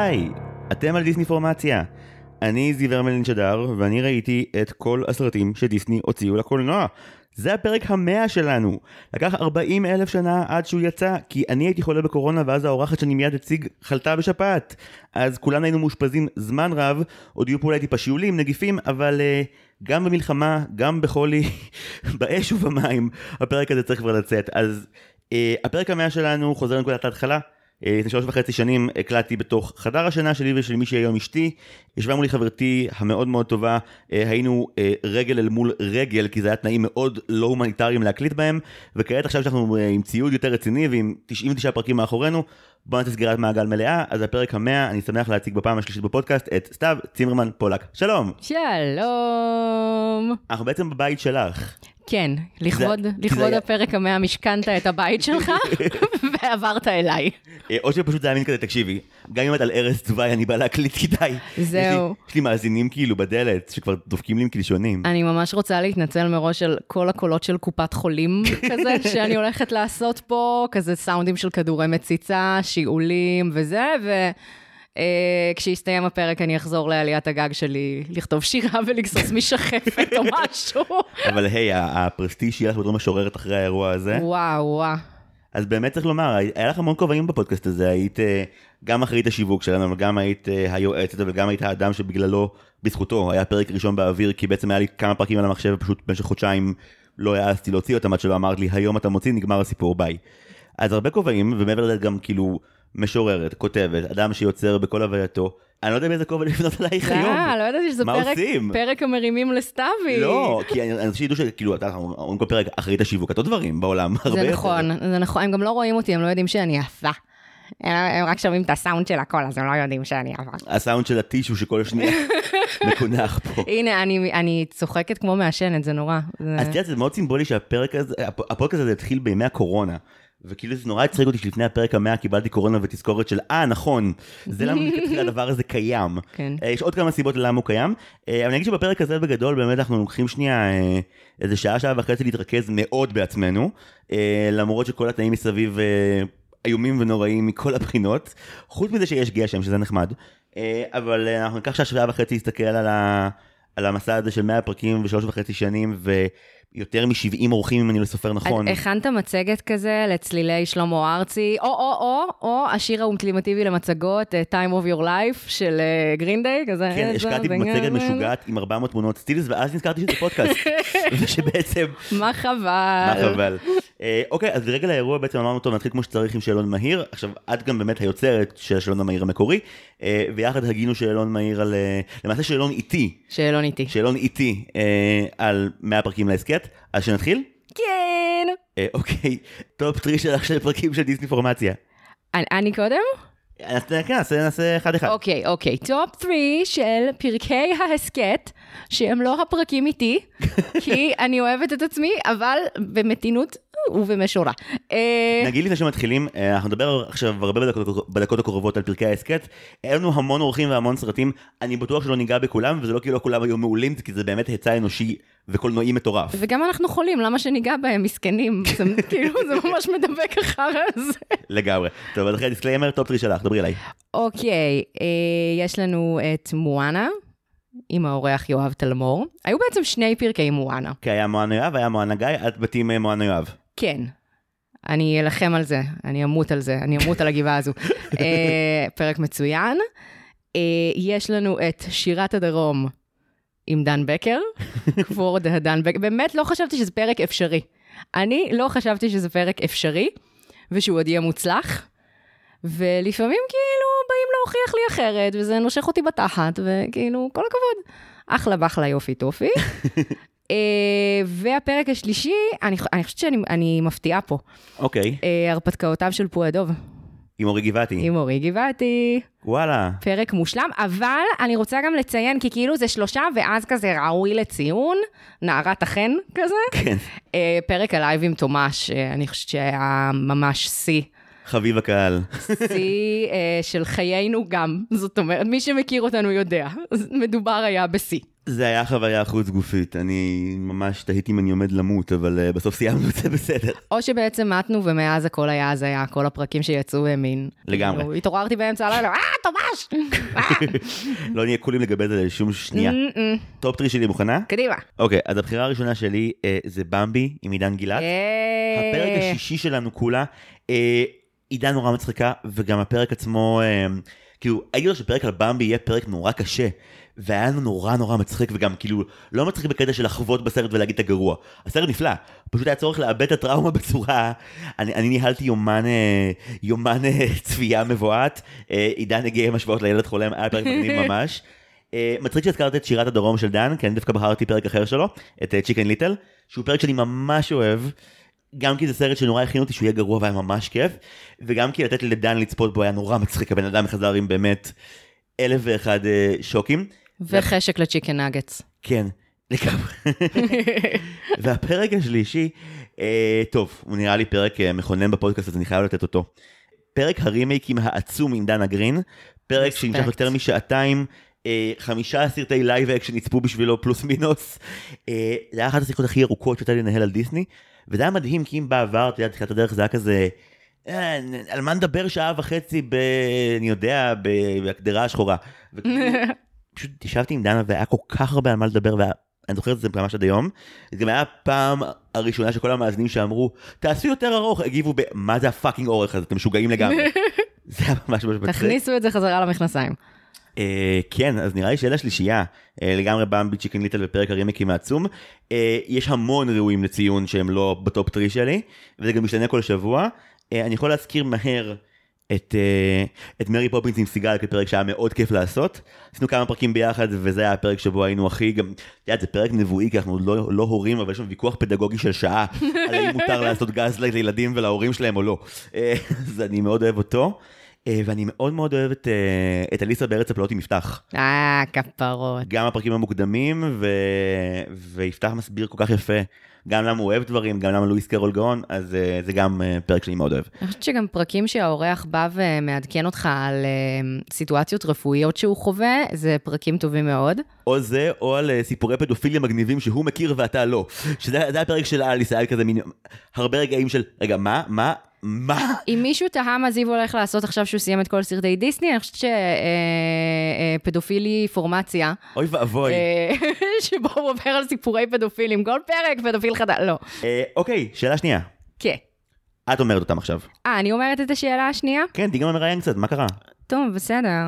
היי, אתם על דיסני פורמציה. אני זיו הרמלין שדר, ואני ראיתי את כל הסרטים שדיסני הוציאו לקולנוע. זה הפרק 100 שלנו. לקח 40,000 שנה עד שהוא יצא, כי אני הייתי חולה בקורונה, ואז האורחת שאני מיד הציג חלתה בשפעת. אז כולנו היינו מאושפזים זמן רב, עוד יהיו פה אולי טיפה שיעולים, נגיפים, אבל גם במלחמה, גם בחולי, באש ובמים, הפרק הזה צריך כבר לצאת. אז הפרק 100 שלנו חוזר לנקודת ההתחלה. לפני 3.5 שנים הקלטתי בתוך חדר השינה שלי ושל מי שהיום אשתי. ישבה מולי חברתי המאוד מאוד טובה, היינו רגל אל מול רגל, כי זה היה תנאים מאוד לא הומניטריים להקליט בהם, וכעת עכשיו שאנחנו עם ציוד יותר רציני ועם 99 פרקים מאחורינו, בוא נעשה סגירת מעגל מלאה. אז הפרק 100, אני שמח להציג בפעם השלישית בפודקאסט את סתיו צימרמן פולק. שלום. שלום. אנחנו בעצם בבית שלך. כן, לכבוד הפרק 100 משכנת את הבית שלך ועברת אליי. או שפשוט זה היה מין כזה, תקשיבי, גם אם את על ארץ צווי, אני בא להקליט כדאי. זהו. יש לי מאזינים כאילו בדלת, שכבר דופקים לי עם קלישונים. אני ממש רוצה להתנצל מראש של כל הקולות של קופת חולים כזה, שאני הולכת לעשות פה, כזה סאונדים של כדורי מציצה, שיעולים וזה, כשיסתיים הפרק אני אחזור לעליית הגג שלי, לכתוב שירה ולגסוס משחפת או משהו. אבל היי, הפרסטיג' שיהיה לך בתור משוררת אחרי האירוע הזה. וואו. אז באמת צריך לומר, היה לך המון כובעים בפודקאסט הזה, היית גם אחראית השיווק שלנו, אבל גם היית היועצת, וגם היית האדם שבגללו, בזכותו, היה פרק ראשון באוויר, כי בעצם היה לי כמה פרקים על המחשב, ופשוט במשך חודשיים לא העזתי להוציא אותם, עד שלא אמרת לי, היום אתה מוציא, נגמר הסיפור, ביי. אז הרבה כובעים, ומעבר לזה גם כאילו משוררת, כותבת, אדם שיוצר בכל הווייתו. אני לא יודע באיזה כובע לפנות עלייך היום. לא ידעתי שזה פרק המרימים לסתיוי. לא, כי אני חושב שידעו שכאילו, אתה אומרים כל פרק אחראית השיווק, אותו דברים בעולם. זה נכון, הם גם לא רואים אותי, הם לא יודעים שאני יפה. הם רק שומעים את הסאונד של הכל, אז הם לא יודעים שאני יפה. הסאונד של הטישו שכל שנייה מקונח פה. הנה, אני צוחקת כמו מעשנת, זה נורא. אז תראה, זה מאוד סימבולי שהפרק הזה, הפודקאסט הזה התחיל בימי הקורונה. וכאילו זה נורא הצחיק אותי שלפני הפרק 100 קיבלתי קורונה ותזכורת של נכון, זה למה מתחיל הדבר הזה קיים. יש עוד כמה סיבות ללמה הוא קיים, אבל אני אגיד שבפרק הזה בגדול באמת אנחנו לוקחים שנייה איזה שעה וחצי להתרכז מאוד בעצמנו, למרות שכל התנאים מסביב איומים ונוראים מכל הבחינות, חוץ מזה שיש גשם שזה נחמד, אבל אנחנו ניקח שעה וחצי להסתכל על המסע הזה של 100 פרקים ו3.5 שנים יותר מ-70 אורחים, אם אני לא סופר נכון. הכנת מצגת כזה לצלילי שלמה ארצי, או השיר האולטימטיבי למצגות, Time of Your Life של Green Day, כזה. כן, השקעתי במצגת משוגעת עם 400 תמונות סטילס, ואז נזכרתי שזה פודקאסט. ושבעצם... מה חבל. אוקיי, אז לרגע לאירוע בעצם אמרנו טוב, נתחיל כמו שצריך עם שאלון מהיר. עכשיו, את גם באמת היוצרת של השאלון המהיר המקורי, ויחד הגינו שאלון מהיר על... למעשה שאלון איתי על 100 פרקים להסקט. אז שנתחיל? כן. אוקיי, טופ 3 שלך של פרקים של דיסני פורמציה. אני קודם? כן, נעשה אחד. אוקיי, טופ 3 של פרקי ההסקט, שהם לא הפרקים איתי, כי אני אוהבת את עצמי, אבל במתינות ובמשורה. נגיד לפני שמתחילים, אנחנו נדבר עכשיו הרבה בדקות הקרובות על פרקי ההסקט, היה לנו המון אורחים והמון סרטים, אני בטוח שלא ניגע בכולם, וזה לא כאילו כולם היו מעולים, כי זה באמת היצע אנושי וקולנועי מטורף. וגם אנחנו חולים, למה שניגע בהם מסכנים? כאילו, זה ממש מדבק אחר הזה. לגמרי. טוב, אז אחרי דיסקליימר, טופ 3 שלך, דברי אליי. אוקיי, יש לנו את מואנה, עם האורח יואב תלמור. היו בעצם 2 פרקי מואנה. כי היה מואנה יואב, היה מואנה גיא, את בתים מואנה יואב. כן. אני אלחם על זה, אני אמות על זה, אני אמות על הגבעה הזו. פרק מצוין. יש לנו את שירת הדרום עם דן בקר, כבוד דן בקר. באמת לא חשבתי שזה פרק אפשרי. אני לא חשבתי שזה פרק אפשרי, ושהוא עוד יהיה מוצלח. ולפעמים כאילו באים להוכיח לי אחרת, וזה נושך אותי בתחת, וכאילו כל הכבוד. אחלה בחלה יופי טופי. והפרק השלישי, אני חושבת שאני מפתיעה פה. אוקיי. הרפתקאותיו של פועדוב. עם אורי גבעתי. וואלה. פרק מושלם, אבל אני רוצה גם לציין, כי כאילו זה 3, ואז כזה ראוי לציון, נערת החן כזה. כן. פרק הלייב עם תומש, אני חושבת שהיה ממש סי. חביב הקהל. סי של חיינו גם, זאת אומרת, מי שמכיר אותנו יודע, מדובר היה בסי. זה היה חוויה חוץ גופית, אני ממש תהיתי אם אני עומד למות, אבל בסוף סיימנו את זה בסדר. או שבעצם מתנו ומאז הכל היה הזיה, כל הפרקים שיצאו מין. לגמרי. התעוררתי באמצע הלילה, תומש! לא נהיה קולים לגבי זה לשום שנייה. טופ 3 שלי מוכנה? קדימה. אוקיי, אז הבחירה הראשונה שלי זה במבי עם עידן גילת. הפרק השישי שלנו כולה, עידן נורא מצחיקה, וגם הפרק עצמו, כאילו, הייתי לו שפרק על במבי יהיה פרק נורא קשה, והיה לנו נורא נורא מצחיק, וגם כאילו, לא מצחיק בקטע של לחוות בסרט ולהגיד את הגרוע. הסרט נפלא, פשוט היה צורך לאבד את הטראומה בצורה, אני ניהלתי יומן צפייה מבועת, עידן הגיע עם השוואות לילד חולם, היה פרק מגניב ממש. מצחיק שהזכרת את שירת הדרום של דן, כי אני דווקא בחרתי פרק אחר שלו, את צ'יקן ליטל, שהוא פרק שאני ממש אוהב, גם כי זה סרט שנורא הכין אותי שהוא יהיה גרוע והיה ממש כיף, וגם כי לתת לדן לצפות בו היה נורא מצחיק, הבן אדם חזר עם באמת 1001 שוקים. וחשק לצ'יקן נאגטס. כן, לגמרי. והפרק השלישי, טוב, הוא נראה לי פרק מכונן בפודקאסט, אז אני חייב לתת אותו. פרק הרימייקים העצום עם דנה גרין, פרק שנמשך יותר משעתיים, 5 סרטי לייב אקשן נצפו בשבילו פלוס מינוס. זה היה אחת השיחות הכי ארוכות שיצא לי לנהל על דיסני, וזה היה מדהים, כי אם בעבר, אתה יודע, תחילת הדרך זה היה כזה, על מה נדבר שעה וחצי אני יודע, בהקדרה השחורה. פשוט ישבתי עם דנה והיה כל כך הרבה על מה לדבר, ואני זוכר את זה ממש עד היום. זה גם היה הפעם הראשונה שכל המאזינים שאמרו, תעשו יותר ארוך, הגיבו מה זה הפאקינג אורך הזה, אתם משוגעים לגמרי. זה היה ממש מצחיק. תכניסו את זה חזרה למכנסיים. כן, אז נראה לי שאלה שלישייה, לגמרי במבי, צ'יקן ליטל ופרק הרימייקים העצום. יש המון ראויים לציון שהם לא בטופ 3 שלי, וזה גם משתנה כל שבוע. אני יכול להזכיר מהר את מרי פופינס עם סיגל כפרק שהיה מאוד כיף לעשות. עשינו כמה פרקים ביחד, וזה היה הפרק שבו היינו הכי גם, זה פרק נבואי, כי אנחנו לא הורים, אבל יש לנו ויכוח פדגוגי של שעה, על האם מותר לעשות גזלייט לילדים ולהורים שלהם או לא. אז אני מאוד אוהב אותו. ואני מאוד מאוד אוהב את אליסה בארץ הפלאות עם יפתח. כפרות. גם הפרקים המוקדמים, ויפתח מסביר כל כך יפה, גם למה הוא אוהב דברים, גם למה לואיס קרול גאון, אז זה גם פרק שאני מאוד אוהב. אני חושבת שגם פרקים שהאורח בא ומעדכן אותך על סיטואציות רפואיות שהוא חווה, זה פרקים טובים מאוד. או זה, או על סיפורי פדופיליה מגניבים שהוא מכיר ואתה לא. שזה הפרק של אליס, היה כזה מין, הרבה רגעים של, רגע, מה? אם מישהו תהה מה זיו הולך לעשות עכשיו שהוא סיים את כל סרטי דיסני, אני חושבת שפדופילי פורמציה. אוי ואבוי. שבו הוא עובר על סיפורי פדופילים, כל פרק פדופיל חדש, לא. אוקיי, שאלה שנייה. כן. את אומרת אותם עכשיו. אני אומרת את השאלה השנייה? כן, תיגם המראיין קצת, מה קרה? טוב, בסדר.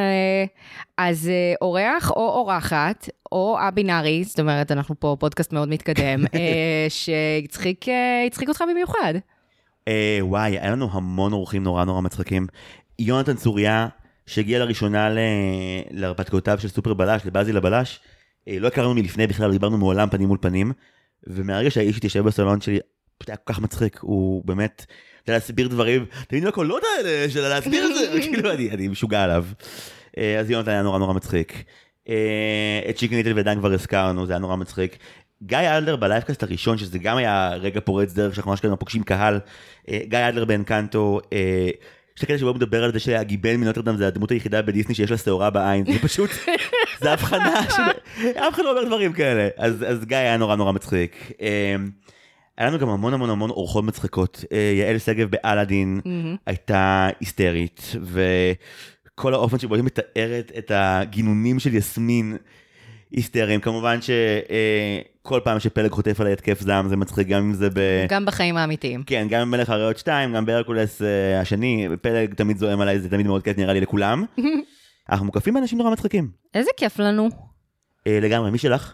אז אורח או אורחת, או הבינארי, זאת אומרת, אנחנו פה פודקאסט מאוד מתקדם, שהצחיק אותך במיוחד. וואי, היה לנו המון אורחים נורא נורא מצחיקים. יונתן צוריה, שהגיע לראשונה להרפתקאותיו של סופר בלש, לבאזיל הבלש, לא הכרנו מלפני בכלל, דיברנו מעולם פנים מול פנים, ומהרגע שהאיש התיישב בסלון שלי, פשוט היה כל כך מצחיק, הוא באמת, להסביר דברים, תמיד הקולות האלה של להסביר את זה, כאילו אני משוגע עליו. אז יונתן היה נורא נורא מצחיק. את צ'יקן ליטל ודן כבר הזכרנו, זה היה נורא מצחיק. גיא אדלר בלייבקאסט הראשון, שזה גם היה רגע פורץ דרך, שאנחנו ממש כזה פוגשים קהל, גיא אדלר באנקנטו, יש לקטע שבו מדבר על זה שהגיבל מנוטרדם זה הדמות היחידה בדיסני שיש לה שעורה בעין, זה פשוט, זה הבחנה, אף אחד לא אומר דברים כאלה, אז גיא היה נורא נורא מצחיק. היה לנו גם המון המון המון אורחות מצחיקות, יעל סגב באלאדין הייתה היסטרית, וכל האופן שבו היא מתארת את הגינונים של יסמין, היסטריים, כמובן שכל פעם שפלג חוטף על התקף זעם זה מצחיק, גם אם זה גם בחיים האמיתיים. כן, גם במלך הרעות 2, גם בהרקולס השני, פלג תמיד זוהם עליי, זה תמיד מאוד כיף נראה לי לכולם. אנחנו מוקפים באנשים נורא מצחיקים. איזה כיף לנו. לגמרי, מי שלך?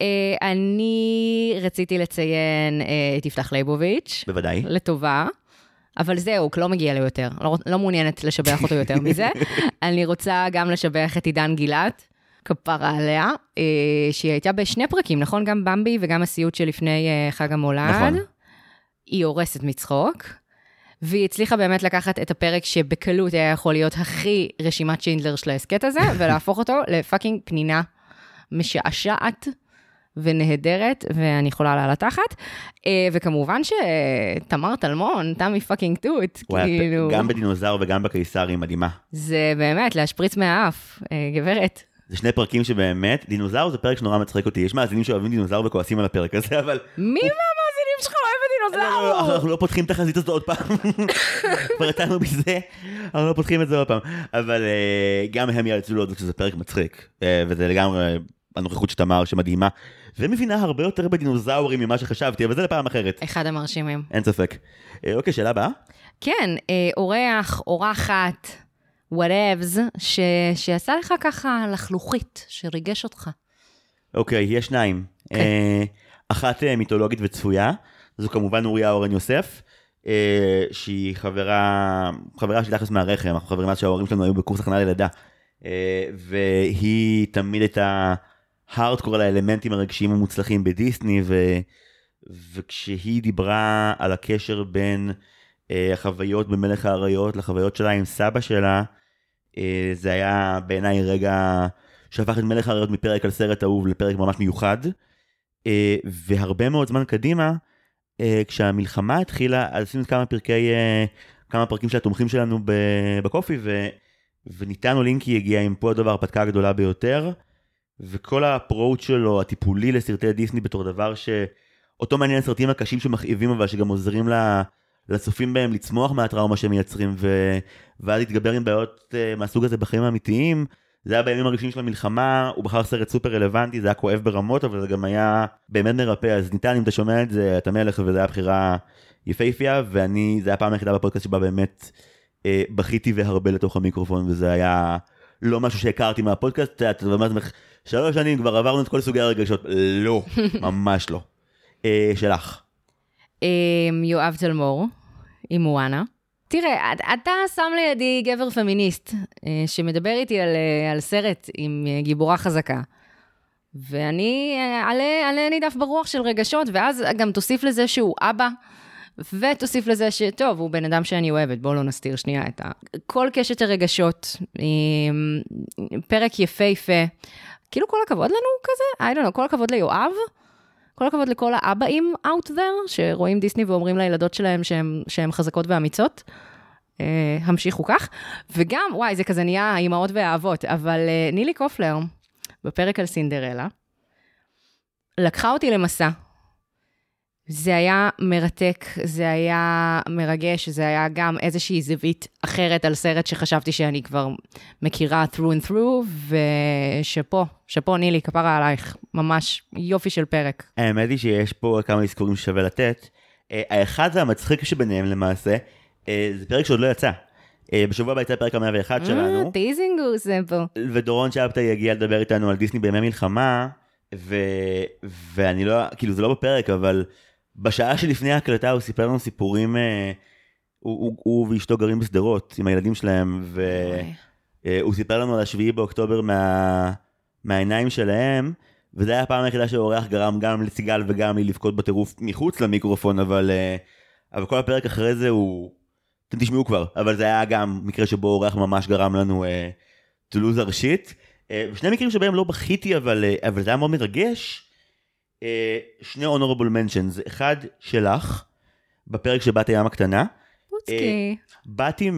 אני רציתי לציין את יפתח ליבוביץ'. בוודאי. לטובה. אבל זהו, לא מגיע לו יותר. לא מעוניינת לשבח אותו יותר מזה. אני רוצה גם לשבח את עידן גילת. כפרה עליה, שהיא הייתה בשני פרקים, נכון? גם במבי וגם הסיוט שלפני חג המולד. נכון. היא הורסת מצחוק, והיא הצליחה באמת לקחת את הפרק שבקלות היה יכול להיות הכי רשימת שינדלר של העסקת הזה, ולהפוך אותו לפאקינג פנינה משעשעת ונהדרת, ואני יכולה לה לתחת. וכמובן שתמר תלמון, תמי פאקינג טוט. גם בדינוזאור וגם בקיסר היא מדהימה. זה באמת להשפריץ מהאף, גברת. זה שני פרקים שבאמת, דינוזאור זה פרק שנורא מצחיק אותי, יש מאזינים שאוהבים דינוזאור וכועסים על הפרק הזה, אבל... מי מהמאזינים שלך אוהב דינוזאור? אנחנו לא פותחים את החזית הזאת עוד פעם, כבר יצאנו בזה, אנחנו לא פותחים את זה עוד פעם, אבל גם הם יאלצו להודות שזה פרק מצחיק, וזה לגמרי הנוכחות שתמר שמדהימה, ומבינה הרבה יותר בדינוזאורים ממה שחשבתי, אבל זה לפעם אחרת. אחד המרשימים. אין ספק. אוקיי, שאלה הבאה? כן, אורח, אורחת, whatevs, שעשה לך ככה לחלוכית, שריגש אותך. אוקיי, יש שניים. אחת מיתולוגית וצפויה, זו כמובן אוריה אורן יוסף, שהיא חברה שלי תכלס מהרחם, אנחנו חברים אז שההורים שלנו היו בקורס הכנה ללידה, והיא תמיד הייתה הארדקור על האלמנטים הרגשיים המוצלחים בדיסני, וכשהיא דיברה על הקשר בין החוויות במלך האריות לחוויות שלה עם סבא שלה, זה היה בעיניי רגע שהפך את מלך האריות מפרק על סרט אהוב לפרק ממש מיוחד, והרבה מאוד זמן קדימה, כשהמלחמה התחילה, אז עשינו כמה פרקים של התומכים שלנו בקופי, וניתנו לינקי הגיע עם פה הדבר הרפתקה הגדולה ביותר, וכל האפרוץ' שלו, הטיפולי לסרטי דיסני בתור דבר שאותו מעניין הסרטים הקשים שמכאיבים, אבל שגם עוזרים לצופים בהם לצמוח מהטראומה שהם מייצרים, ואז להתגבר עם בעיות מהסוג הזה בחיים האמיתיים. זה היה בימים הראשונים של המלחמה, הוא בחר סרט סופר רלוונטי, זה היה כואב ברמות, אבל זה גם היה באמת מרפא, אז ניתן, אם אתה שומע את זה, אתה מלך, וזה היה בחירה יפהפייה, זה היה פעם היחידה בפודקאסט שבה באמת בכיתי והרבה לתוך המיקרופון, וזה היה לא משהו שהכרתי מהפודקאסט, אתה אומר, 3 שנים כבר עברנו את כל סוגי הרגשות, לא, ממש לא. שלך. יואב תלמור, עם מואנה. תראה, אתה שם לידי גבר פמיניסט, שמדבר איתי על סרט עם גיבורה חזקה, ואני עלה נידף ברוח של רגשות, ואז גם תוסיף לזה שהוא אבא, ותוסיף לזה שטוב, הוא בן אדם שאני אוהבת, בואו לא נסתיר שנייה את כל קשת הרגשות, פרק יפהפה, כאילו כל הכבוד לנו כזה, I don't know, כל הכבוד ליואב, כל הכבוד לכל האבאים out there, שרואים דיסני ואומרים לילדות שלהם שהן חזקות ואמיצות, המשיכו כך, וגם, וואי, זה כזה נהיה האימהות והאהבות, אבל נילי קופלר, בפרק על סינדרלה, לקחה אותי למסע, זה היה מרתק, זה היה מרגש, זה היה גם איזושהי זווית אחרת על סרט שחשבתי שאני כבר מכירה through and through, ושפה נילי, כפרה עלייך, ממש יופי של פרק. האמת היא שיש פה כמה אזכורים ששווה לתת. האחד זה המצחיק שביניהם למעשה, זה פרק שעוד לא יצא. בשבוע הבא יצא פרק 101 שלנו. טיזינגוס זה פה. ודורון שבתאי יגיע לדבר איתנו על דיסני בימי מלחמה, ואני לא, כאילו זה לא בפרק, אבל בשעה שלפני ההקלטה הוא סיפר לנו סיפורים, הוא ואשתו גרים בסדרות עם הילדים שלהם, והוא סיפר לנו על 7 באוקטובר מהעיניים שלהם, וזה היה הפעם היחידה שהאורח גרם גם לסיגל וגם לי לבכות בטירוף מחוץ למיקרופון, אבל כל הפרק אחרי זה אתם תשמעו כבר, אבל זה היה גם מקרה שבו האורח ממש גרם לנו to lose our shit. בשני מקרים שבהם לא בכיתי, אבל זה היה מאוד מרגש. 2 honorable mentions, אחד שלך, בפרק שבאת ים הקטנה. פוצקי. באתי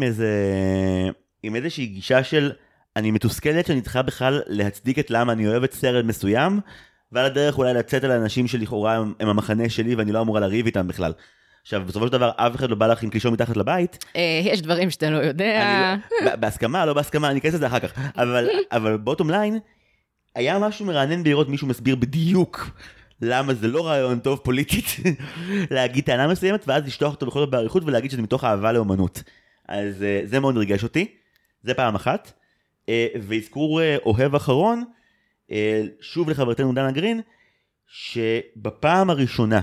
עם איזושהי גישה של, אני מתוסכלת שאני צריכה בכלל להצדיק את למה אני אוהבת סרט מסוים, ועל הדרך אולי לצאת על האנשים שלכאורה הם המחנה שלי, ואני לא אמורה לריב איתם בכלל. עכשיו, בסופו של דבר, אף אחד לא בא לך עם קלישון מתחת לבית. יש דברים שאתה לא יודע. בהסכמה, לא בהסכמה, אני אכנס לזה אחר כך. אבל בוטום ליין, היה משהו מרענן לראות מישהו מסביר בדיוק למה זה לא רעיון טוב פוליטית להגיד טענה מסוימת, ואז לשלוח אותו בכל זאת בעריכות ולהגיד שזה מתוך אהבה לאומנות. אז זה מאוד ריגש אותי. זה פעם אחת. והזכור אוהב אחרון, שוב לחברתנו דנה גרין, שבפעם הראשונה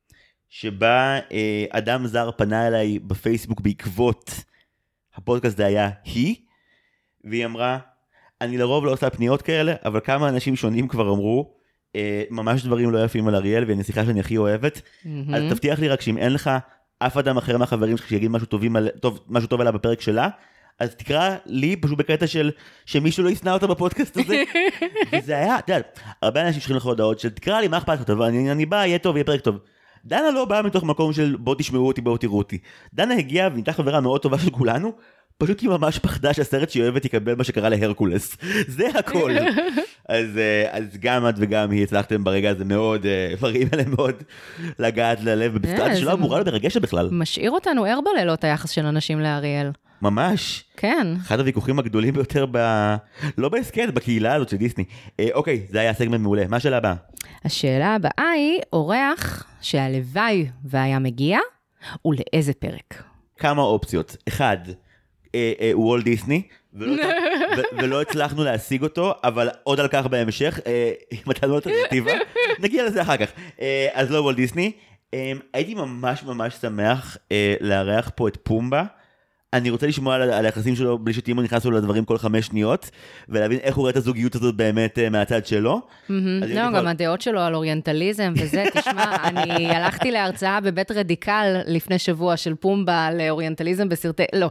שבה אדם זר פנה אליי בפייסבוק בעקבות הפודקאסט זה היה והיא אמרה, אני לרוב לא עושה פניות כאלה, אבל כמה אנשים שונים כבר אמרו, ממש דברים לא יפים על אריאל, והיא נסיכה שאני הכי אוהבת, אז תבטיח לי רק שאם אין לך אף אדם אחר מהחברים שלך שיגיד משהו טוב עליו בפרק שלה, אז תקרא לי פשוט בקטע של שמישהו לא ישנא אותה בפודקאסט הזה, וזה היה, אתה יודע, הרבה אנשים שולחים לך הודעות של תקרא לי מה אכפת לך, אני בא, יהיה טוב, יהיה פרק טוב. דנה לא באה מתוך מקום של בוא תשמעו אותי, בואו תראו אותי. דנה הגיעה ונהייתה חברה מאוד טובה של כולנו, פשוט היא ממש פחדה שהסרט שהיא אוהבת יקבל מה שקרה להרקולס. זה הכל. אז גם את וגם היא הצלחתם ברגע הזה מאוד, דברים האלה מאוד לגעת ללב, ובסיטואציה שלא אמורה להיות מרגשת בכלל. משאיר אותנו ער בלילות היחס של אנשים לאריאל. ממש. כן. אחד הוויכוחים הגדולים ביותר לא בהסקט, בקהילה הזאת של דיסני. אוקיי, זה היה סגמנט מעולה. מה השאלה הבאה? השאלה הבאה היא, אורח שהלוואי והיה מגיע, ולאיזה פרק? כמה אופציות. אחד, וולט דיסני, ולא הצלחנו להשיג אותו, אבל עוד על כך בהמשך, אם אתה לא אלטרנטיבה, נגיע לזה אחר כך. אז לא וולט דיסני. הייתי ממש ממש שמח לארח פה את פומבה. אני רוצה לשמוע על היחסים שלו בלי שטימו נכנס לו לדברים כל 5 שניות, ולהבין איך הוא רואה את הזוגיות הזאת באמת מהצד שלו. לא, גם הדעות שלו על אוריינטליזם וזה, תשמע, אני הלכתי להרצאה בבית רדיקל לפני שבוע של פומבה לאוריינטליזם בסרטי, לא.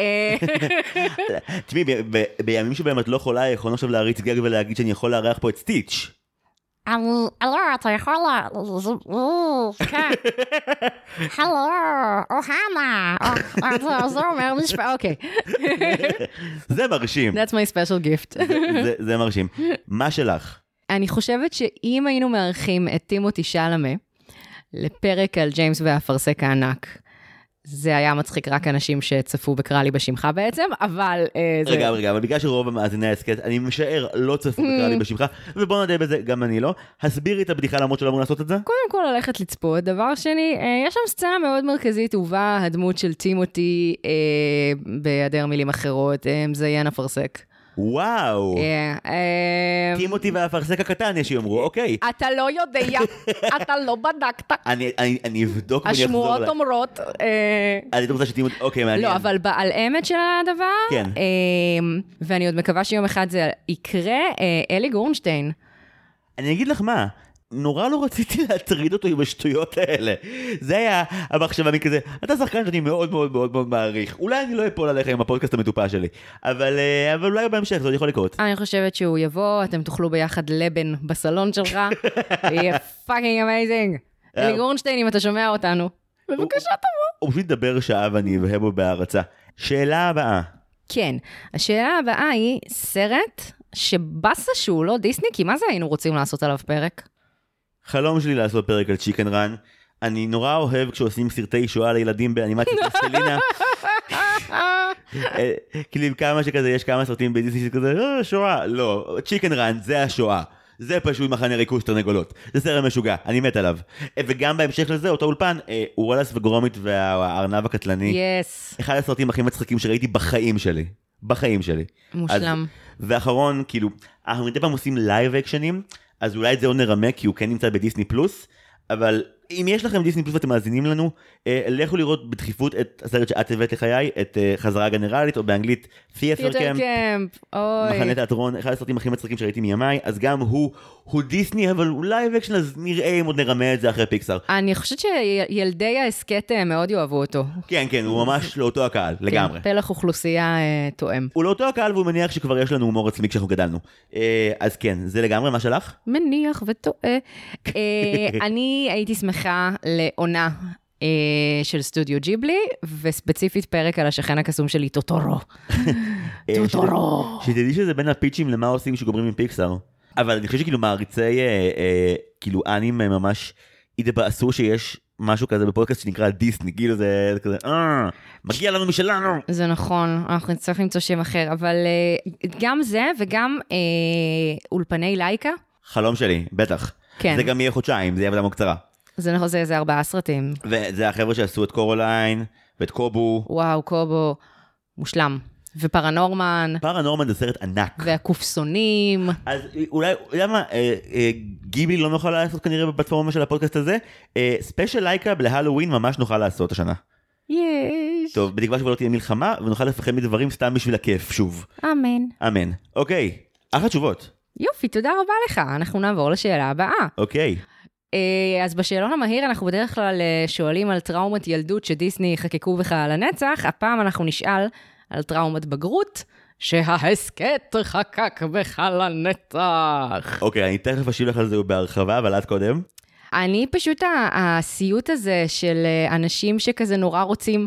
תשמעי, בימים שבהם את לא יכולה, יכולנו עכשיו להריץ גג ולהגיד שאני יכול לארח פה את סטיץ'. אלו, אתה יכול כן. הלו, אוהנה. זה אומר משפט, אוקיי. זה מרשים. That's my special gift. זה מרשים. מה שלך? אני חושבת שאם היינו מארחים את טימותי שלמה, לפרק על ג'יימס והאפרסק הענק, זה היה מצחיק רק אנשים שצפו בקרא לי בשמך בעצם, אבל... רגע, אבל בגלל שרוב המאזיני ההסקט, אני משער, לא צפו בקרא לי בשמך, ובוא נדע בזה, גם אני לא. הסבירי את הבדיחה למרות שלא אמור לעשות את זה? קודם כל ללכת לצפות. דבר שני, יש שם סצנה מאוד מרכזית, ובה הדמות של טימותי, בהיעדר מילים אחרות, מזיין אפרסק. וואו. טימותי והאפרסק הקטן, יש שיאמרו, אוקיי. אתה לא יודע, אתה לא בדקת. אני אבדוק ואני אחזור. השמועות אומרות. אני רוצה שטימותי, אוקיי, מעניין. לא, אבל בעל אמת של הדבר, כן. ואני עוד מקווה שיום אחד זה יקרה, אלי גורנשטיין. אני אגיד לך מה, נורא לא רציתי להטריד אותו עם השטויות האלה. זה היה המחשבה מכזה, אתה שחקן שאני מאוד מאוד מאוד מאוד מעריך. אולי אני לא אפול עליך עם הפודקאסט המטופש שלי. אבל אולי בהמשך, זה עוד יכול לקרות. אני חושבת שהוא יבוא, אתם תאכלו ביחד לבן בסלון שלך, יהיה פאקינג אמייזינג. אלי גורנשטיין, אם אתה שומע אותנו, בבקשה תבוא. הוא פשוט דבר שעה ואני אבהה בו בהרצה. שאלה הבאה. כן, השאלה הבאה היא סרט שבאסה שהוא לא דיסני, כי מה זה היינו רוצים לעשות עליו פרק? חלום שלי לעשות פרק על צ'יקן רן. אני נורא אוהב כשעושים סרטי שואה לילדים באנימציה פלסטלינה. כאילו עם כמה שכזה, יש כמה סרטים בדיסני שכזה, שואה. לא, צ'יקן רן זה השואה. זה פשוט מחנה ריכוז תרנגולות. זה סרט משוגע, אני מת עליו. וגם בהמשך לזה, אותו אולפן, וולאס וגרומית והארנב הקטלני. אחד הסרטים הכי מצחיקים שראיתי בחיים שלי. בחיים שלי. מושלם. ואחרון, כאילו, אנחנו מדי פעם עושים לייב אקשנים, אז אולי את זה עוד נרמה, כי הוא כן נמצא בדיסני פלוס, אבל אם יש לכם דיסני פלוס ואתם מאזינים לנו, לכו לראות בדחיפות את הסרט שאת הבאת לחיי, את חזרה גנרלית, או באנגלית תיאטר קמפ, מחנה תיאטרון, אחד הסרטים הכי מצחיקים שראיתי מימיי, אז גם הוא דיסני, אבל אולי אקשן, אז נראה אם עוד נרמה את זה אחרי פיקסאר. אני חושבת שילדי ההסקט מאוד יאהבו אותו. כן, כן, הוא ממש לאותו הקהל, לגמרי. פלח אוכלוסייה תואם. הוא לאותו הקהל, והוא מניח שכבר יש לנו הומור עצמי כשאנחנו גדלנו. אז כן, זה לגמרי מה שלך? מניח וטועה. אני הייתי שמחה לעונה של סטודיו ג'יבלי, וספציפית פרק על השכן הקסום שלי, טוטורו. טוטורו. שתדעי שזה בין הפיצ'ים למה עושים שגומרים עם פיקסאר. אבל אני חושב שכאילו מעריצי, כאילו אנים ממש התבאסו שיש משהו כזה בפודקאסט שנקרא דיסני, כאילו זה כזה, מגיע לנו משלנו. זה נכון, אנחנו נצטרך למצוא שם אחר, אבל גם זה וגם אולפני לייקה. חלום שלי, בטח. כן. זה גם יהיה חודשיים, זה יהיה עבודה מאוד קצרה. זה 4 סרטים. וזה החבר'ה שעשו את קורוליין, ואת קובו. וואו, קובו, מושלם. ופרנורמן. פרנורמן זה סרט ענק. והקופסונים. אז אולי, למה, גיבלי לא נוכל לעשות כנראה בפלטפורמה של הפודקאסט הזה, ספיישל לייקה להלווין ממש נוכל לעשות השנה. יש. טוב, בתקווה שכבר לא תהיה מלחמה, ונוכל לפחד מדברים סתם בשביל הכיף, שוב. אמן. אמן. אוקיי, אחת תשובות. יופי, תודה רבה לך. אנחנו נעבור לשאלה הבאה. אוקיי. אז בשאלון המהיר אנחנו בדרך כלל שואלים על טראומת ילדות שדיסני חקקו בך על הנצח. הפעם אנחנו נשאל על טראומת בגרות שההסקט חקק בך לנצח. אוקיי, אני תכף אשיב לך על זה בהרחבה, אבל עד קודם. אני פשוט, הסיוט הזה של אנשים שכזה נורא רוצים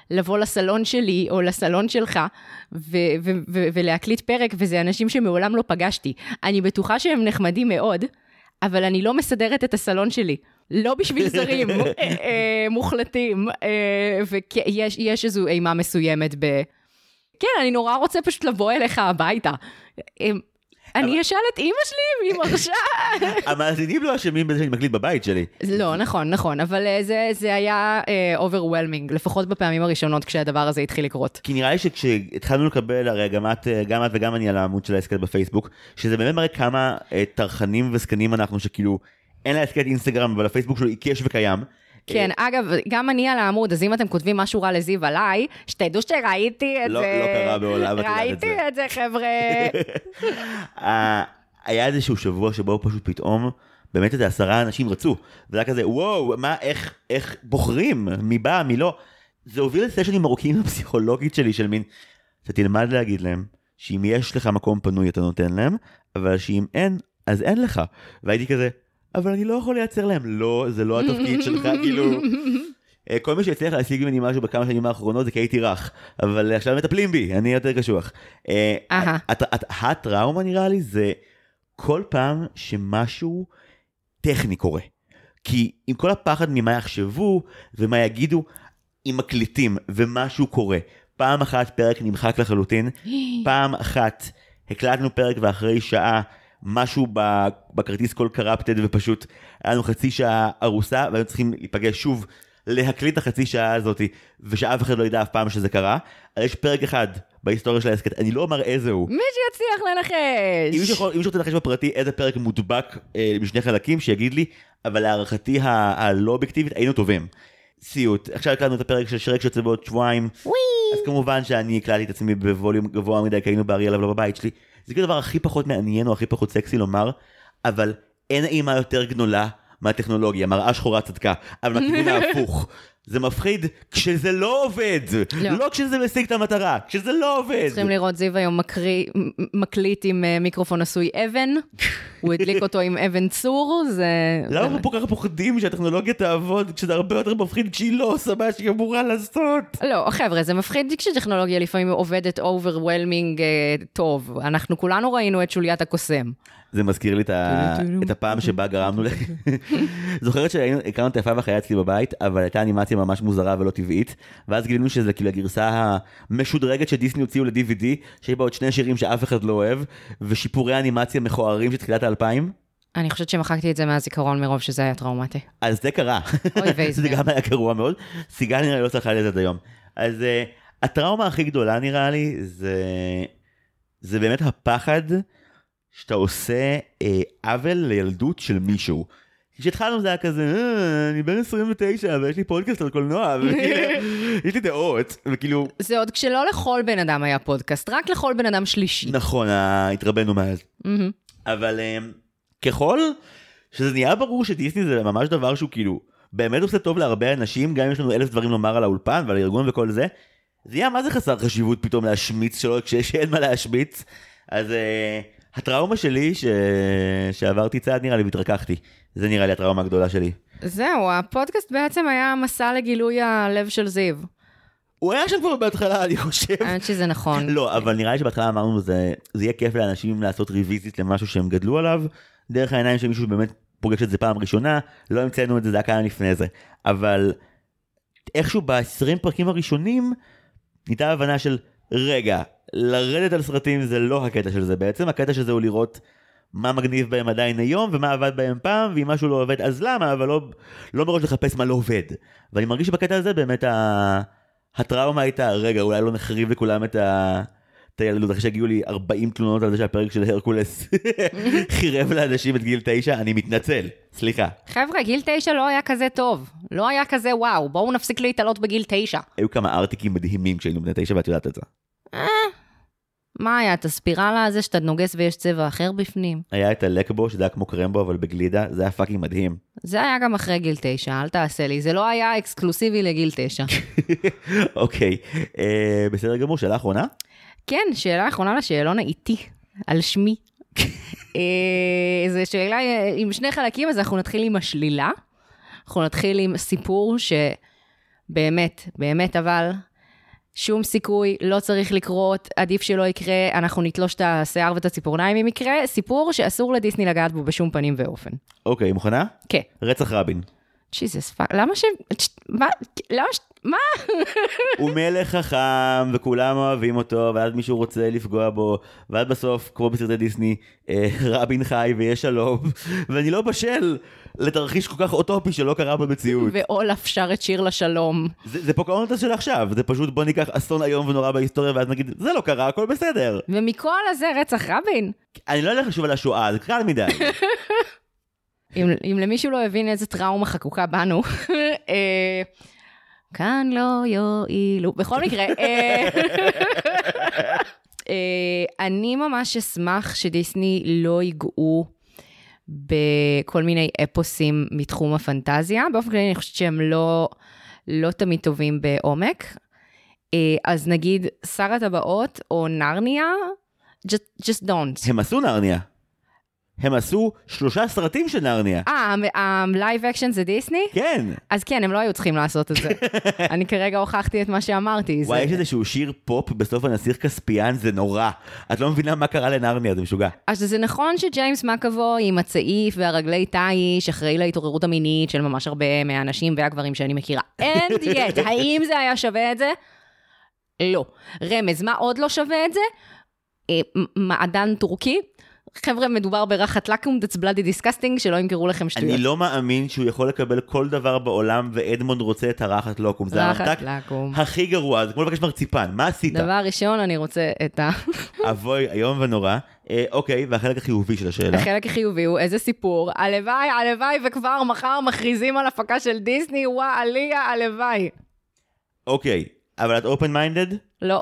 לבוא לסלון שלי או לסלון שלך ולהקליט פרק, וזה אנשים שמעולם לא פגשתי. אני בטוחה שהם נחמדים מאוד, אבל אני לא מסדרת את הסלון שלי. לא בשביל זרים מוחלטים, ויש איזו אימה מסוימת כן, אני נורא רוצה פשוט לבוא אליך הביתה. אני אשאל את אמא שלי, מי מרשה? המאזינים לא אשמים בזה שאני מקליט בבית שלי. לא, נכון, אבל זה היה overwhelming, לפחות בפעמים הראשונות כשהדבר הזה התחיל לקרות. כי נראה לי שכשהתחלנו לקבל, הרי גם את וגם אני על העמוד של ההסקט בפייסבוק, שזה באמת מראה כמה טרחנים וסקנים אנחנו שכאילו, אין לה הסקט אינסטגרם, אבל הפייסבוק שלו עיקש וקיים. כן, אגב, גם אני על העמוד, אז אם אתם כותבים משהו רע לזיו עליי, שתדעו שראיתי את זה. לא קרה בעולם, את יודעת את זה. ראיתי את זה, חבר'ה. היה איזשהו שבוע שבו פשוט פתאום, באמת 10 אנשים רצו. וזה היה כזה, וואו, מה, איך בוחרים? מי בא, מי לא? זה הוביל לסשנים ארוכים עם הפסיכולוגית שלי, של מין, אתה תלמד להגיד להם, שאם יש לך מקום פנוי אתה נותן להם, אבל שאם אין, אז אין לך. והייתי כזה, אבל אני לא יכול לייצר להם. לא, זה לא התפקיד שלך, כאילו. כל מי שהצליח להשיג ממני משהו בכמה שנים האחרונות זה כי הייתי רך, אבל עכשיו מטפלים בי, אני יותר קשוח. הטראומה נראה לי זה כל פעם שמשהו טכני קורה. כי עם כל הפחד ממה יחשבו ומה יגידו, אם מקליטים ומשהו קורה, פעם אחת פרק נמחק לחלוטין, פעם אחת הקלטנו פרק ואחרי שעה משהו בכרטיס כל קרפטד ופשוט היה לנו חצי שעה ארוסה והיינו צריכים להיפגש שוב להקליט את החצי שעה הזאת ושאף אחד לא ידע אף פעם שזה קרה. יש פרק אחד בהיסטוריה של העסקת, אני לא אומר איזה הוא. מי שיצליח לנחש. אם שרוצה לנחש בפרטי איזה פרק מודבק משני חלקים שיגיד לי, אבל להערכתי הלא אובייקטיבית היינו טובים. סיוט, עכשיו הקלטנו את הפרק של שרק שיוצא בעוד שבועיים, אז כמובן שאני הקלטתי את עצמי בווליום גבוה מדי כי היינו באריאל אבל לא בבית שלי. זה כאילו הדבר הכי פחות מעניין או הכי פחות סקסי לומר, אבל אין אימה יותר גדולה מהטכנולוגיה, מראה שחורה צדקה, אבל מהכיוון ההפוך. זה מפחיד כשזה לא עובד, לא כשזה משיג את המטרה, כשזה לא עובד. צריכים לראות זיו היום מקליט עם מיקרופון עשוי אבן, הוא הדליק אותו עם אבן צור, זה... למה אנחנו פה ככה פוחדים שהטכנולוגיה תעבוד, כשזה הרבה יותר מפחיד כשהיא לא עושה מה שהיא אמורה לעשות? לא, חבר'ה, זה מפחיד כשטכנולוגיה לפעמים עובדת overwhelming טוב. אנחנו כולנו ראינו את שוליית הקוסם. זה מזכיר לי את הפעם שבה גרמנו זוכרת שהקרנו את היפה והחיה אצלי בבית, אבל הייתה אנימציה ממש מוזרה ולא טבעית, ואז גילינו שזה כאילו הגרסה המשודרגת שדיסני הוציאו ל-DVD, שיש בה עוד 2 שירים שאף אחד לא אוהב, ושיפורי אנימציה מכוערים של תחילת ה-2000. אני חושבת שמחקתי את זה מהזיכרון מרוב שזה היה טראומטי. אז זה קרה. אוי וייז. זה גם היה גרוע מאוד. סיגל נראה לי לא צריכה לזה עד היום. אז הטראומה הכי גדולה נראה לי, זה באמת הפחד שאתה עושה עוול לילדות של מישהו. כשהתחלנו זה היה כזה, אני בן 29 ויש לי פודקאסט על קולנוע, ויש לי דעות, וכאילו... זה עוד כשלא לכל בן אדם היה פודקאסט, רק לכל בן אדם שלישי. נכון, התרבנו מאז. אבל ככל שזה נהיה ברור שדיסני זה ממש דבר שהוא כאילו, באמת עושה טוב להרבה אנשים, גם אם יש לנו 1000 דברים לומר על האולפן ועל הארגון וכל זה, זה יהיה מה זה חסר חשיבות פתאום להשמיץ שלו, כשאין מה להשמיץ. אז הטראומה שלי שעברתי צעד נראה לי והתרככתי. זה נראה לי הטראומה הגדולה שלי. זהו, הפודקאסט בעצם היה מסע לגילוי הלב של זיו. הוא היה שם כבר בהתחלה, אני חושב. אני חושב שזה נכון. לא, אבל נראה לי שבהתחלה אמרנו, זה יהיה כיף לאנשים לעשות ריוויזית למשהו שהם גדלו עליו, דרך העיניים של מישהו שבאמת פוגש את זה פעם ראשונה, לא המצאנו את זה, זה היה כאן לפני זה. אבל איכשהו ב-20 פרקים הראשונים, ניתה הבנה של, רגע, לרדת על סרטים זה לא הקטע של זה בעצם, הקטע של זה הוא לראות מה מגניב בהם עדיין היום, ומה עבד בהם פעם, ואם משהו לא עובד, אז למה? אבל לא מראש לחפש מה לא עובד. ואני מרגיש שבקטע הזה באמת הטראומה הייתה, רגע, אולי לא נחריב לכולם את הילדות, אחרי שהגיעו לי 40 תלונות על זה שהפרק של הרקולס חירב לאנשים את גיל 9, אני מתנצל, סליחה. חבר'ה, גיל 9 לא היה כזה טוב, לא היה כזה וואו, בואו נפסיק להתעלות בגיל 9. היו כמה ארטיקים מדהימים כשהיינו בני 9 ואת יודעת את זה. מה היה? את הספירלה הזה שאתה נוגס ויש צבע אחר בפנים? היה את הלקבו, שזה היה כמו קרמבו, אבל בגלידה, זה היה פאקינג מדהים. זה היה גם אחרי גיל 9, אל תעשה לי, זה לא היה אקסקלוסיבי לגיל 9. אוקיי, בסדר גמור, שאלה אחרונה? כן, שאלה אחרונה לשאלון האיטי, על שמי. זו שאלה עם 2 חלקים, אז אנחנו נתחיל עם השלילה. אנחנו נתחיל עם סיפור שבאמת, באמת אבל, שום סיכוי, לא צריך לקרות, עדיף שלא יקרה, אנחנו נתלוש את השיער ואת הציפורניים אם יקרה, סיפור שאסור לדיסני לגעת בו בשום פנים ואופן. אוקיי, מוכנה? כן. רצח רבין. ג'יזוס פאק, למה מה? הוא מלך חכם, וכולם אוהבים אותו, ואז מישהו רוצה לפגוע בו, ואז בסוף, כמו בסרטי דיסני, רבין חי ויש שלום, ואני לא בשל לתרחיש כל כך אוטופי שלא קרה במציאות. ואולף שר את שיר לשלום. זה פוקהונטס של עכשיו, זה פשוט בוא ניקח אסון איום ונורא בהיסטוריה, ואז נגיד, זה לא קרה, הכל בסדר. ומכל הזה רצח רבין. אני לא הולך לשוב על השואה, זה קרה מדי. אם למישהו לא הבין איזה טראומה חקוקה בנו, כאן לא יועילו. בכל מקרה, אני ממש אשמח שדיסני לא ייגעו בכל מיני אפוסים מתחום הפנטזיה. באופן כללי אני חושבת שהם לא תמיד טובים בעומק. אז נגיד שר הטבעות או נרניה, just don't. הם עשו נרניה. הם עשו 3 סרטים של נרניה. הלייב אקשן זה דיסני? כן. אז כן, הם לא היו צריכים לעשות את זה. אני כרגע הוכחתי את מה שאמרתי. וואי, יש איזשהו שיר פופ בסוף הנסיך כספיאן, זה נורא. את לא מבינה מה קרה לנרניה, זה משוגע. אז זה נכון שג'יימס מקאבוי עם הצעיף והרגלי תאיש, אחראי להתעוררות המינית של ממש הרבה מהאנשים והגברים שאני מכירה. And yet, האם זה היה שווה את זה? לא. רמז, מה עוד לא שווה את זה? מעדן טורקי. חבר'ה, מדובר ברחת לקום, that's bloody disgusting, שלא ימכרו לכם שטויות. אני לא מאמין שהוא יכול לקבל כל דבר בעולם, ואדמונד רוצה את הרחת לקום. זה המרתק הכי גרוע, זה כמו לבקש מרציפן. מה עשית? דבר ראשון, אני רוצה את אבוי, איום ונורא. אוקיי, והחלק החיובי של השאלה. החלק החיובי הוא איזה סיפור. הלוואי, וכבר מחר מכריזים על הפקה של דיסני, וואה, עליה, הלוואי. אוקיי, אבל את open minded? לא.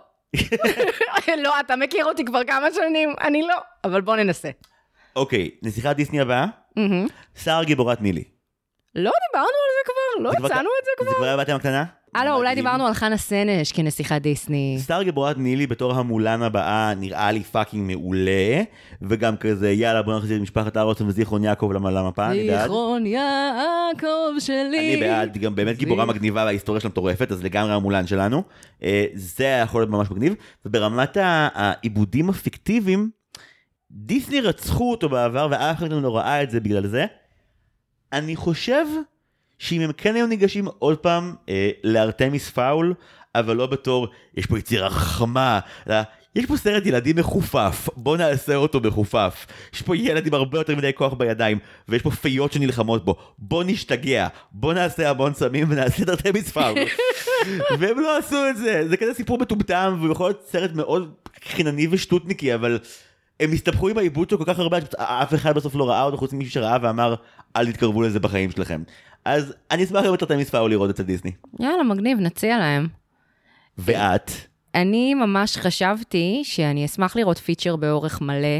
לא, אתה מכיר אותי כבר כמה שנים, אני לא, אבל בוא ננסה. אוקיי, נסיכת דיסני הבאה, שר גיבורת נילי. לא דיברנו על זה כבר, לא הצענו את זה כבר. זה כבר היה באתם הקטנה? לא, אולי דיברנו על חנה סנש כנסיכת דיסני. שר גיבורת נילי בתור המולן הבאה נראה לי פאקינג מעולה, וגם כזה יאללה בוא נחזיר את משפחת ארוטון וזיכרון יעקב למפה, אני בעד. זיכרון יעקב שלי. אני בעד, גם באמת גיבורה מגניבה וההיסטוריה שלה מטורפת, אז לגמרי המולן שלנו. זה יכול להיות ממש מגניב, וברמת העיבודים הפיקטיביים, דיסני רצחו אותו בעבר, ואף אחד לא ראה את זה בגלל זה. אני חושב שאם הם כן היו ניגשים עוד פעם לארטמיס פאול, אבל לא בתור, יש פה יצירה חכמה, יש פה סרט ילדים מחופף, בוא נעשה אותו מחופף. יש פה ילד עם הרבה יותר מדי כוח בידיים, ויש פה פיות שנלחמות בו, בוא נשתגע, בוא נעשה המון סמים ונעשה את ארטמיס פאול. והם לא עשו את זה, זה כזה סיפור מטומטם, והוא יכול להיות סרט מאוד חינני ושטוטניקי, אבל הם הסתבכו עם העיבוד שלו כל כך הרבה, אף אחד בסוף לא ראה אותו, חוץ ממישהו שראה ואמר, אל תתקרבו לזה בחיים שלכם. אז אני אשמח לראות את ארטמיס פאול לראות את דיסני. יאללה, מגניב, נציע להם. ואת? אני ממש חשבתי שאני אשמח לראות פיצ'ר באורך מלא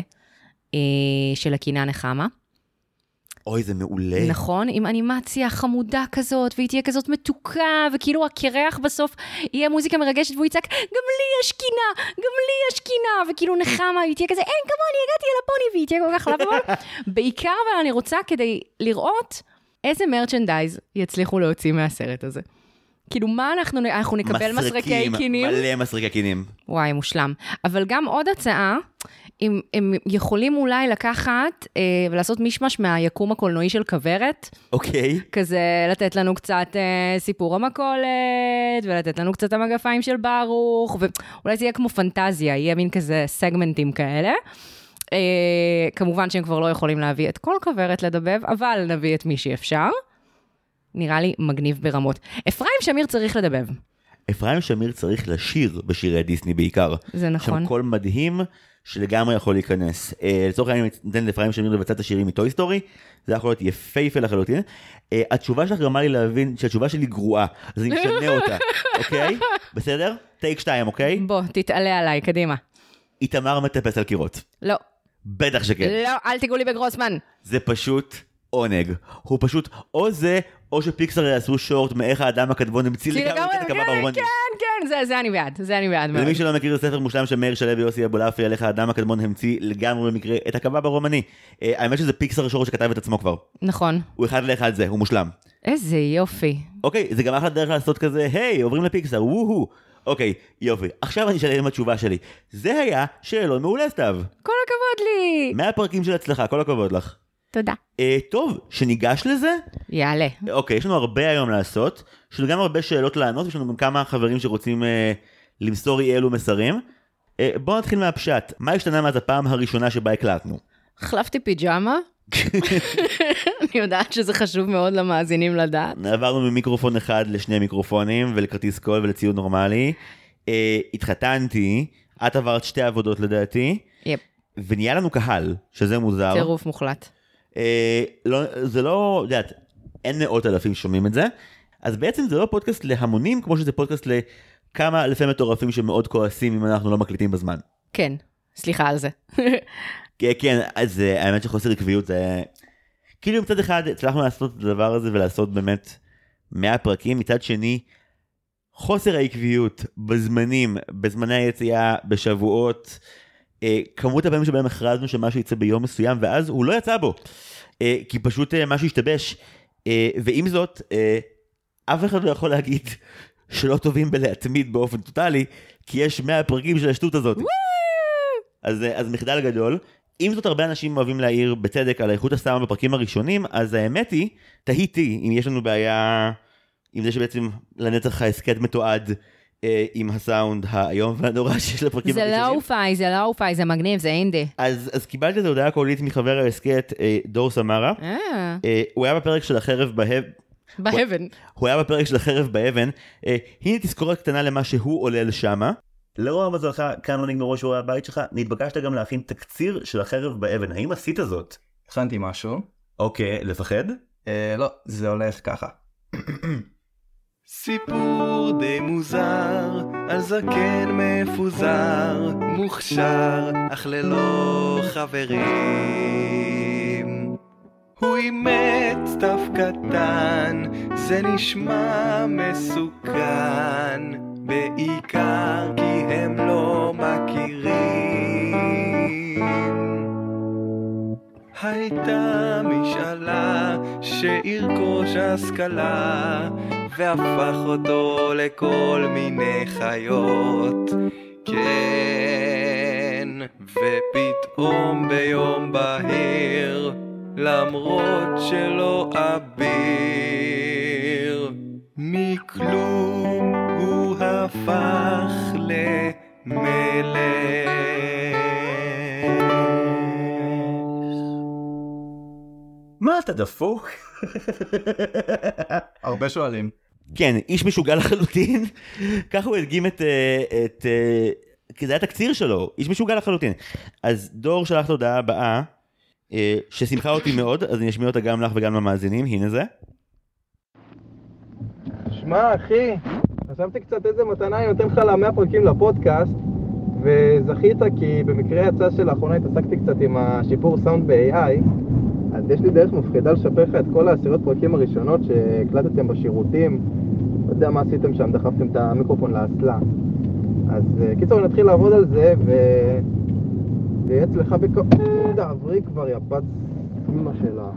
של הקינה נחמה. אוי, זה מעולה. נכון, עם אנימציה חמודה כזאת, והיא תהיה כזאת מתוקה, וכאילו הקרח בסוף יהיה מוזיקה מרגשת, והוא יצעק, גם לי יש קינה, גם לי יש קינה, וכאילו נחמה, היא תהיה כזה, אין כמוני, הגעתי אל הפוני, והיא תהיה כל כך לבוא. בעיקר, אבל אני רוצה כדי לראות איזה מרצ'נדייז יצליחו להוציא מהסרט הזה. כאילו מה אנחנו נקבל מסרקי קינים? מלא מסרקי קינים. וואי, מושלם. אבל גם עוד הצעה, הם יכולים אולי לקחת ולעשות מישמש מהיקום הקולנועי של כברת. אוקיי. כזה לתת לנו קצת סיפור המקולת, ולתת לנו קצת המגפיים של ברוך, ואולי זה יהיה כמו פנטזיה, יהיה מין כזה סגמנטים כאלה. כמובן שהם כבר לא יכולים להביא את כל כברת לדבב, אבל נביא את מי שאפשר. נראה לי מגניב ברמות. אפרים שמיר צריך לדבב. אפרים שמיר צריך לשיר בשירי דיסני בעיקר. זה נכון. שם קול מדהים שלגמרי יכול להיכנס. לצורך העניין, ניתן לאפרים שמיר לבצע את השירים מטוי סטורי, זה יכול להיות יפהפה לחלוטין. התשובה שלך גרמה לי להבין שהתשובה שלי גרועה, אז אני משנה אותה, אוקיי? בסדר? טייק 2, אוקיי? בוא, תתעלה עליי, קדימה. איתמר מטפס על קירות. לא. בטח שכן. לא, אל תיגעו לי בגרוסמן. זה פשוט עונג. הוא פשוט או זה, או שפיקסר יעשו שורט מאיך האדם הקדמון המציא לגמרי את הקבב הרומני. כן, זה אני בעד, זה אני בעד. למי שלא מכיר את הספר מושלם של מאיר שלו ויוסי אבולעפי, על איך האדם הקדמון המציא לגמרי במקרה את הקבב הרומני. האמת שזה פיקסר שורט שכתב את עצמו כבר. נכון. הוא אחד לאחד זה, הוא מושלם. איזה יופי. אוקיי, זה גם אחלה דרך לעשות כזה, היי, עוברים לפיקסר, וואו. אוקיי, יופי. עכשיו אני אשאל עם התשובה שלי. זה היה שאלון מעולה, סתיו. כל הכבוד לי. 100 פרקים של הצלחה, כל הכבוד לך. תודה. טוב, שניגש לזה? יאללה. אוקיי, יש לנו הרבה היום לעשות. יש לנו גם הרבה שאלות לענות, יש לנו גם כמה חברים שרוצים למסור אי אלו מסרים. בואו נתחיל מהפשט. מה השתנה מאז הפעם הראשונה שבה הקלטנו? החלפתי פיג'מה. אני יודעת שזה חשוב מאוד למאזינים לדעת. עברנו ממיקרופון אחד לשני מיקרופונים ולכרטיס קול ולציוד נורמלי. התחתנתי, את עברת 2 עבודות לדעתי. יפ. ונהיה לנו קהל, שזה מוזר. טירוף מוחלט. זה לא, יודעת, אין 100,000 שומעים את זה. אז בעצם זה לא פודקאסט להמונים, כמו שזה פודקאסט לכמה אלפי מטורפים שמאוד כועסים אם אנחנו לא מקליטים בזמן. כן, סליחה על זה. כן, אז האמת שחוסר עקביות זה... כאילו מצד אחד הצלחנו לעשות את הדבר הזה ולעשות באמת 100 פרקים, מצד שני חוסר העקביות בזמנים, בזמני היציאה, בשבועות, כמות הפעמים שבהם הכרזנו שמשהו יצא ביום מסוים ואז הוא לא יצא בו, כי פשוט משהו השתבש, ועם זאת אף אחד לא יכול להגיד שלא טובים בלהתמיד באופן טוטלי, כי יש 100 פרקים של השטות הזאת. אז מחדל גדול. אם זאת הרבה אנשים אוהבים להעיר בצדק על איכות הסאונד בפרקים הראשונים, אז האמת היא, תהיתי אם יש לנו בעיה עם זה שבעצם לנצח ההסקט מתועד עם הסאונד היום והנורא שיש לפרקים הראשונים. זה לא אופי, זה מגניב, זה אינדי. אז קיבלתי את ההודעה קולית מחבר ההסקט דור סמרה. הוא היה בפרק של החרב בהבן. הוא היה בפרק של החרב באבן. הנה תזכורת קטנה למה שהוא עולל שמה. לאור המזלך, כאן לא נגמרו שיעורי הבית שלך, נתבקשת גם להכין תקציר של החרב באבן. האם עשית זאת? הכנתי משהו. אוקיי, לפחד? לא, זה הולך ככה. סיפור די מוזר על זקן מפוזר, מוכשר אך ללא חברים. הוא אימץ תף קטן, זה נשמע מסוכן, בעיקר כי הם לא מכירים. הייתה משאלה שירכוש השכלה, והפך אותו לכל מיני חיות. כן, ופתאום ביום בהיר, למרות שלא אביר, מכלום הוא הפך למלך. מה אתה דפוק? הרבה שואלים. כן, איש משוגע לחלוטין. ככה הוא הדגים את זה היה תקציר שלו, איש משוגע לחלוטין. אז דור שלח את ההודעה הבאה, ששמחה אותי מאוד, אז אני אשמיע אותה גם לך וגם למאזינים, הנה זה. שמע אחי, חשבתי קצת איזה מתנה אני נותן לך ל100 פרקים לפודקאסט, וזכית כי במקרה יצא שלאחרונה התעסקתי קצת עם השיפור סאונד ב-AI, אז יש לי דרך מפחידה לשפר לך את כל 10 פרקים הראשונות שהקלטתם בשירותים. לא יודע מה עשיתם שם, דחפתם את המיקרופון לאסלה. אז קיצור נתחיל לעבוד על זה ויהיה אצלך דעברי כבר יפץ אמא שלך.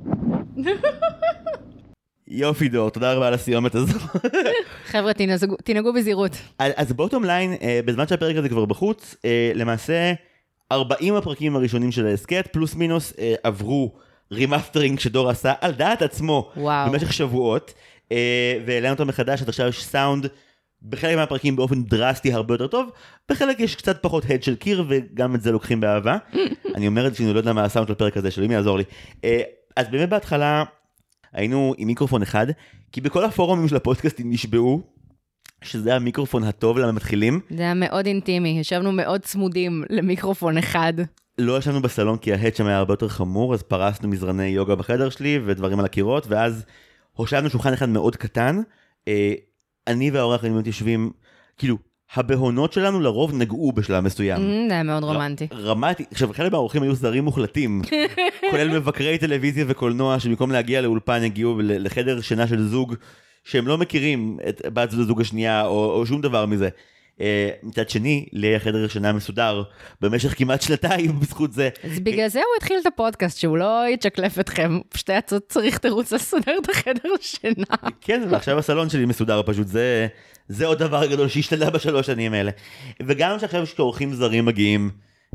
יופי דור, תודה רבה על הסיומת הזו. חבר'ה, תנהגו בזהירות. אז בוטום ליין, בזמן שהפרק הזה כבר בחוץ, למעשה 40 הפרקים הראשונים של ההסקט, פלוס מינוס, עברו רימאסטרינג שדור עשה על דעת עצמו במשך שבועות, והעלינו אותו מחדש, עד עכשיו יש סאונד בחלק מהפרקים באופן דרסטי הרבה יותר טוב, בחלק יש קצת פחות הד של קיר, וגם את זה לוקחים באהבה. אני אומר את זה שאני לא יודע מה הסאונד של הפרק הזה, שאלוהים יעזור לי. אז באמת בהתחלה היינו עם מיקרופון אחד, כי בכל הפורומים של הפודקאסטים נשבעו, שזה המיקרופון הטוב למתחילים. זה היה מאוד אינטימי, ישבנו מאוד צמודים למיקרופון אחד. לא ישבנו בסלון כי ההד שם היה הרבה יותר חמור, אז פרסנו מזרני יוגה בחדר שלי ודברים על הקירות, ואז הושבנו שולחן אחד מאוד קטן. אני והאורח היינו יושבים, כאילו, הבהונות שלנו לרוב נגעו בשלב מסוים. זה היה מאוד רומנטי. רמתי, עכשיו חלק מהאורחים היו זרים מוחלטים, כולל מבקרי טלוויזיה וקולנוע, שבמקום להגיע לאולפן הגיעו לחדר שינה של זוג, שהם לא מכירים את בת זוג השנייה או שום דבר מזה. מצד שני, לי היה חדר שינה מסודר במשך כמעט שנתיים בזכות זה. אז בגלל זה הוא התחיל את הפודקאסט, שהוא לא יתשקלף אתכם, פשוט היה צריך תירוץ לסדר את החדר שינה. כן, ועכשיו הסלון שלי מסודר פשוט, זה עוד דבר גדול שהשתנה בשלוש שנים האלה. וגם שעכשיו כשאורחים זרים מגיעים,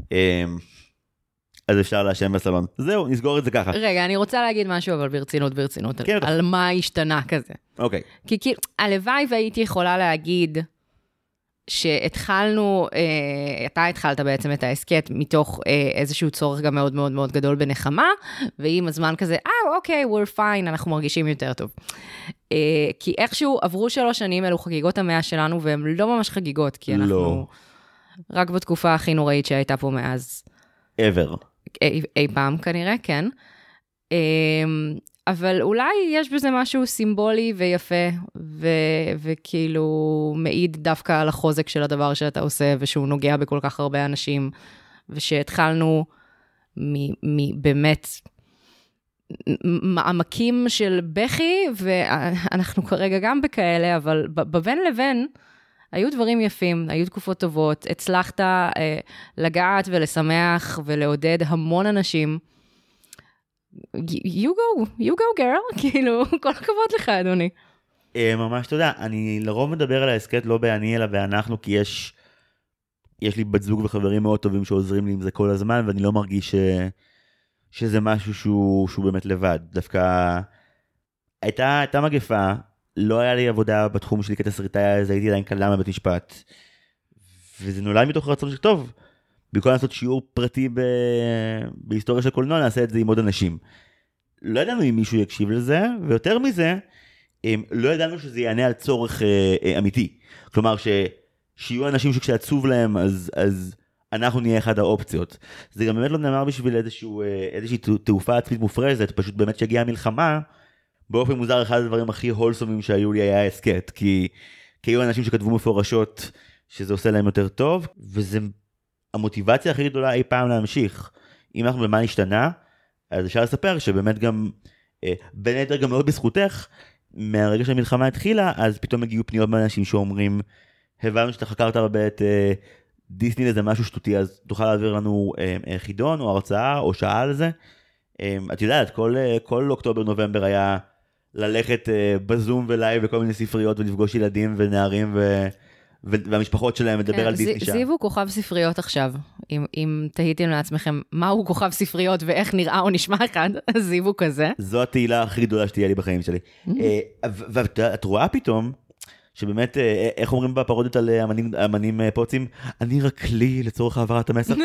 אז אפשר להשם בסלון. זהו, נסגור את זה ככה. רגע, אני רוצה להגיד משהו, אבל ברצינות, כן, על מה השתנה כזה. אוקיי. כי כאילו, הלוואי והייתי יכולה להגיד שהתחלנו, אתה התחלת בעצם את העסקת מתוך איזשהו צורך גם מאוד מאוד מאוד גדול בנחמה, ועם הזמן כזה, אוקיי, we're fine, אנחנו מרגישים יותר טוב. כי איכשהו עברו 3 שנים, אלו חגיגות 100 שלנו, והן לא ממש חגיגות, כי אנחנו רק בתקופה הכי נוראית שהייתה פה מאז. ever. אי פעם כנראה, כן. אבל אולי יש בזה משהו סימבולי ויפה, וכאילו מעיד דווקא על החוזק של הדבר שאתה עושה, ושהוא נוגע בכל כך הרבה אנשים, ושהתחלנו מבאמת מעמקים של בכי, ואנחנו כרגע גם בכאלה, אבל בבין לבין, היו דברים יפים, היו תקופות טובות, הצלחת לגעת ולשמח ולעודד המון אנשים. you go girl, כאילו, כל הכבוד לך, אדוני. ממש תודה. אני לרוב מדבר על העסקת לא באני אלא באנחנו, כי יש לי בת זוג וחברים מאוד טובים שעוזרים לי עם זה כל הזמן, ואני לא מרגיש שזה משהו שהוא באמת לבד. דווקא הייתה מגפה, לא היה לי עבודה בתחום שלי כתסריטאי, אז הייתי עדיין קלה מבית משפט. וזה נולד מתוך רצון שטוב. במקום לעשות שיעור פרטי בהיסטוריה של קולנוע, נעשה את זה עם עוד אנשים. לא ידענו אם מישהו יקשיב לזה, ויותר מזה, לא ידענו שזה יענה על צורך אמיתי. כלומר, שיהיו אנשים שכשעצוב להם, אז אנחנו נהיה אחד האופציות. זה גם באמת לא נאמר בשביל איזושהי תעופה עצמית מופרזת, פשוט באמת שהגיעה המלחמה, באופן מוזר אחד הדברים הכי הולסומים שהיו לי היה הסקט, כי היו אנשים שכתבו מפורשות שזה עושה להם יותר טוב, וזה המוטיבציה הכי גדולה אי פעם להמשיך. אם אנחנו במה נשתנה, אז אפשר לספר שבאמת גם, בין היתר גם מאוד בזכותך, מהרגע שהמלחמה התחילה, אז פתאום הגיעו פניות מאנשים שאומרים, הבנו שאתה חקרת הרבה את דיסני לזה משהו שטותי, אז תוכל להעביר לנו חידון או הרצאה או שעה על זה. את יודעת, כל אוקטובר נובמבר היה ללכת בזום ולייב בכל מיני ספריות ולפגוש ילדים ונערים והמשפחות שלהם מדבר על דיסני שם. זיו הוא כוכב ספריות עכשיו. אם תהיתם לעצמכם מהו כוכב ספריות ואיך נראה או נשמע אחד, אז זיו הוא כזה. זו התהילה הכי גדולה שתהיה לי בחיים שלי. ואת רואה פתאום, שבאמת, איך אומרים בפרודיות על אמנים פוצים, אני רק כלי לצורך העברת המסר.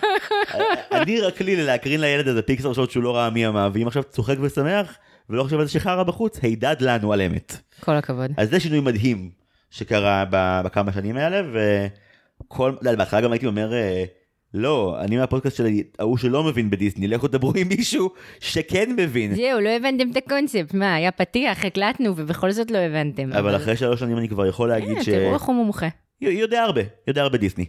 אני רק כלי להקרין לילד הזה פיקסר שוט שהוא לא ראה מי אמר, ואם עכשיו צוחק ושמח, ולא חושב על זה שחררה בחוץ, הידד לנו על אמת. כל הכבוד. אז זה שינוי מדהים שקרה בכמה שנים האלה, בהתחלה גם הייתי אומר, לא, אני מהפודקאסט שלי, ההוא שלא מבין בדיסני, לכו דברו עם מישהו שכן מבין. זהו, לא הבנתם את הקונספט, מה, היה פתיח, הקלטנו, ובכל זאת לא הבנתם. אבל אחרי 3 שנים אני כבר יכול להגיד תראו איך הוא מומחה. יודע הרבה דיסני.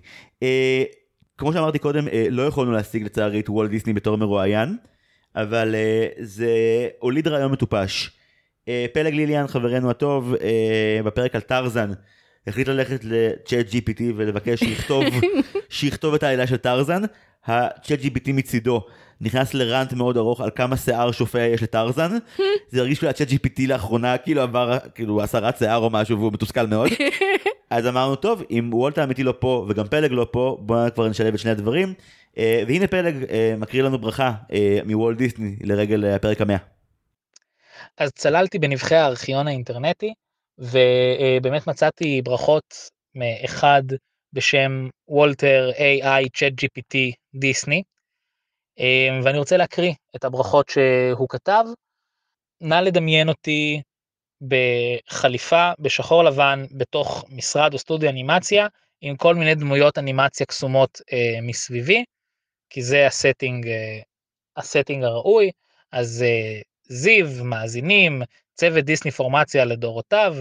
כמו שאמרתי קודם, לא יכולנו להשיג לצערי את וולט דיסני בתור מרואיין, אבל זה הוליד רעיון מטופש. פלג ליליאן, חברנו הטוב, בפרק על טרזן, החליט ללכת לצ'אט GPT ולבקש שיכתוב את העלילה של טרזן. הצ'אט GPT מצידו נכנס לרנט מאוד ארוך על כמה שיער שופע יש לטרזן. זה הרגיש לי הצ'אט GPT לאחרונה כאילו עבר 10 שיער או משהו והוא מתוסכל מאוד. אז אמרנו טוב, אם וולט האמיתי לא פה וגם פלג לא פה, בואו כבר נשלב את שני הדברים. והנה פלג מקריא לנו ברכה מוולט דיסני לרגל הפרק 100. אז צללתי בנבחי הארכיון האינטרנטי, ובאמת מצאתי ברכות מאחד בשם וולטר AI Chat GPT דיסני, ואני רוצה להקריא את הברכות שהוא כתב. נא לדמיין אותי בחליפה בשחור לבן בתוך משרד או סטודיו אנימציה, עם כל מיני דמויות אנימציה קסומות מסביבי, כי זה הסטינג הראוי. אז זיו, מאזינים, צוות דיסני פורמציה לדורותיו,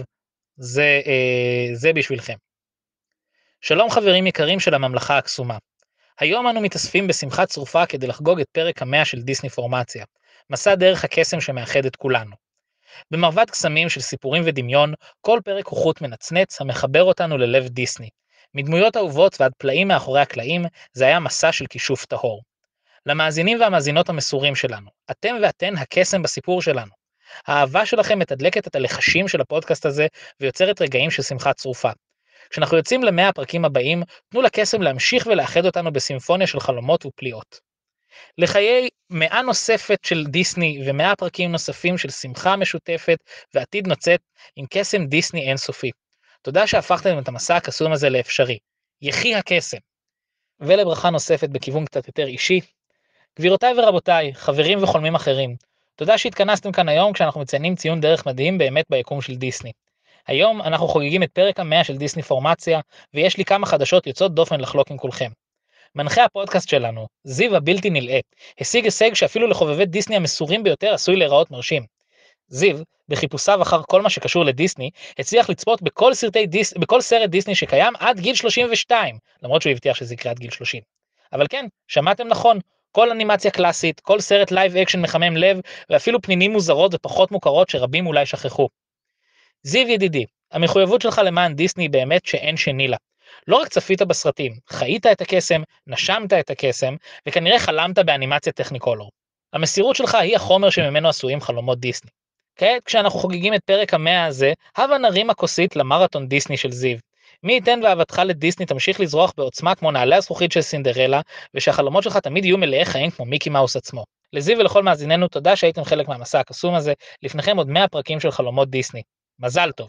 זה בשבילכם. שלום חברים יקרים של הממלכה הקסומה. היום אנו מתאספים בשמחה צרופה כדי לחגוג את פרק 100 של דיסני פורמציה, מסע דרך הקסם שמאחד את כולנו. במרבד קסמים של סיפורים ודמיון, כל פרק הוא חוט מנצנץ המחבר אותנו ללב דיסני, מדמויות אהובות ועד פלאים מאחורי הקלעים, זה היה מסע של כישוף טהור. למאזינים והמאזינות המסורים שלנו, אתם ואתן הקסם בסיפור שלנו. האהבה שלכם מתדלקת את הלחשים של הפודקאסט הזה ויוצרת רגעים של שמחה צרופה. כשאנחנו יוצאים ל100 הפרקים הבאים, תנו לקסם להמשיך ולאחד אותנו בסימפוניה של חלומות ופליאות. לחיי 100 נוספת של דיסני ו100 פרקים נוספים של שמחה משותפת ועתיד נוצאת עם קסם דיסני אינסופי. תודה שהפכתם את המסע הקסום הזה לאפשרי. יחי הקסם. ולברכה נוספת בכיוון קצת יותר אישי. גבירותיי ורבותיי, חברים וחולמים אחרים, תודה שהתכנסתם כאן היום כשאנחנו מציינים ציון דרך מדהים באמת ביקום של דיסני. היום אנחנו חוגגים את פרק 100 של דיסני פורמציה, ויש לי כמה חדשות יוצאות דופן לחלוק עם כולכם. מנחה הפודקאסט שלנו, זיו הבלתי נלאה, השיג הישג שאפילו לחובבי דיסני המסורים ביותר עשוי להיראות מרשים. זיו, בחיפושיו אחר כל מה שקשור לדיסני, הצליח לצפות בכל סרט דיסני שקיים עד גיל 32, למרות שהוא הבטיח שזה יקרה עד גיל 30. אבל כן, שמעתם נכון, כל אנימציה קלאסית, כל סרט לייב אקשן מחמם לב, ואפילו פנינים מוזרות ופחות מוכרות שרבים אולי שכחו. זיו ידידי, המחויבות שלך למען דיסני באמת שאין שני לה. לא רק צפית בסרטים, חיית את הקסם, נשמת את הקסם, וכנראה חלמת באנימציה טכניקולור. המסירות שלך היא החומר שממנו עשויים חלומות דיסני. כעת, כשאנחנו חוגגים את פרק 100 הזה, הבה נרים הכוסית למרתון דיסני של זיו. מי ייתן ואהבתך לדיסני תמשיך לזרוח בעוצמה כמו נעלי הזכוכית של סינדרלה, ושהחלומות שלך תמיד יהיו מלאי חיים כמו מיקי מאוס עצמו. לזיו ולכל מאזיננו תודה שהייתם חלק מהמסע הקסום הזה, לפניכם עוד 100 פרקים של חלומות דיסני. מזל טוב.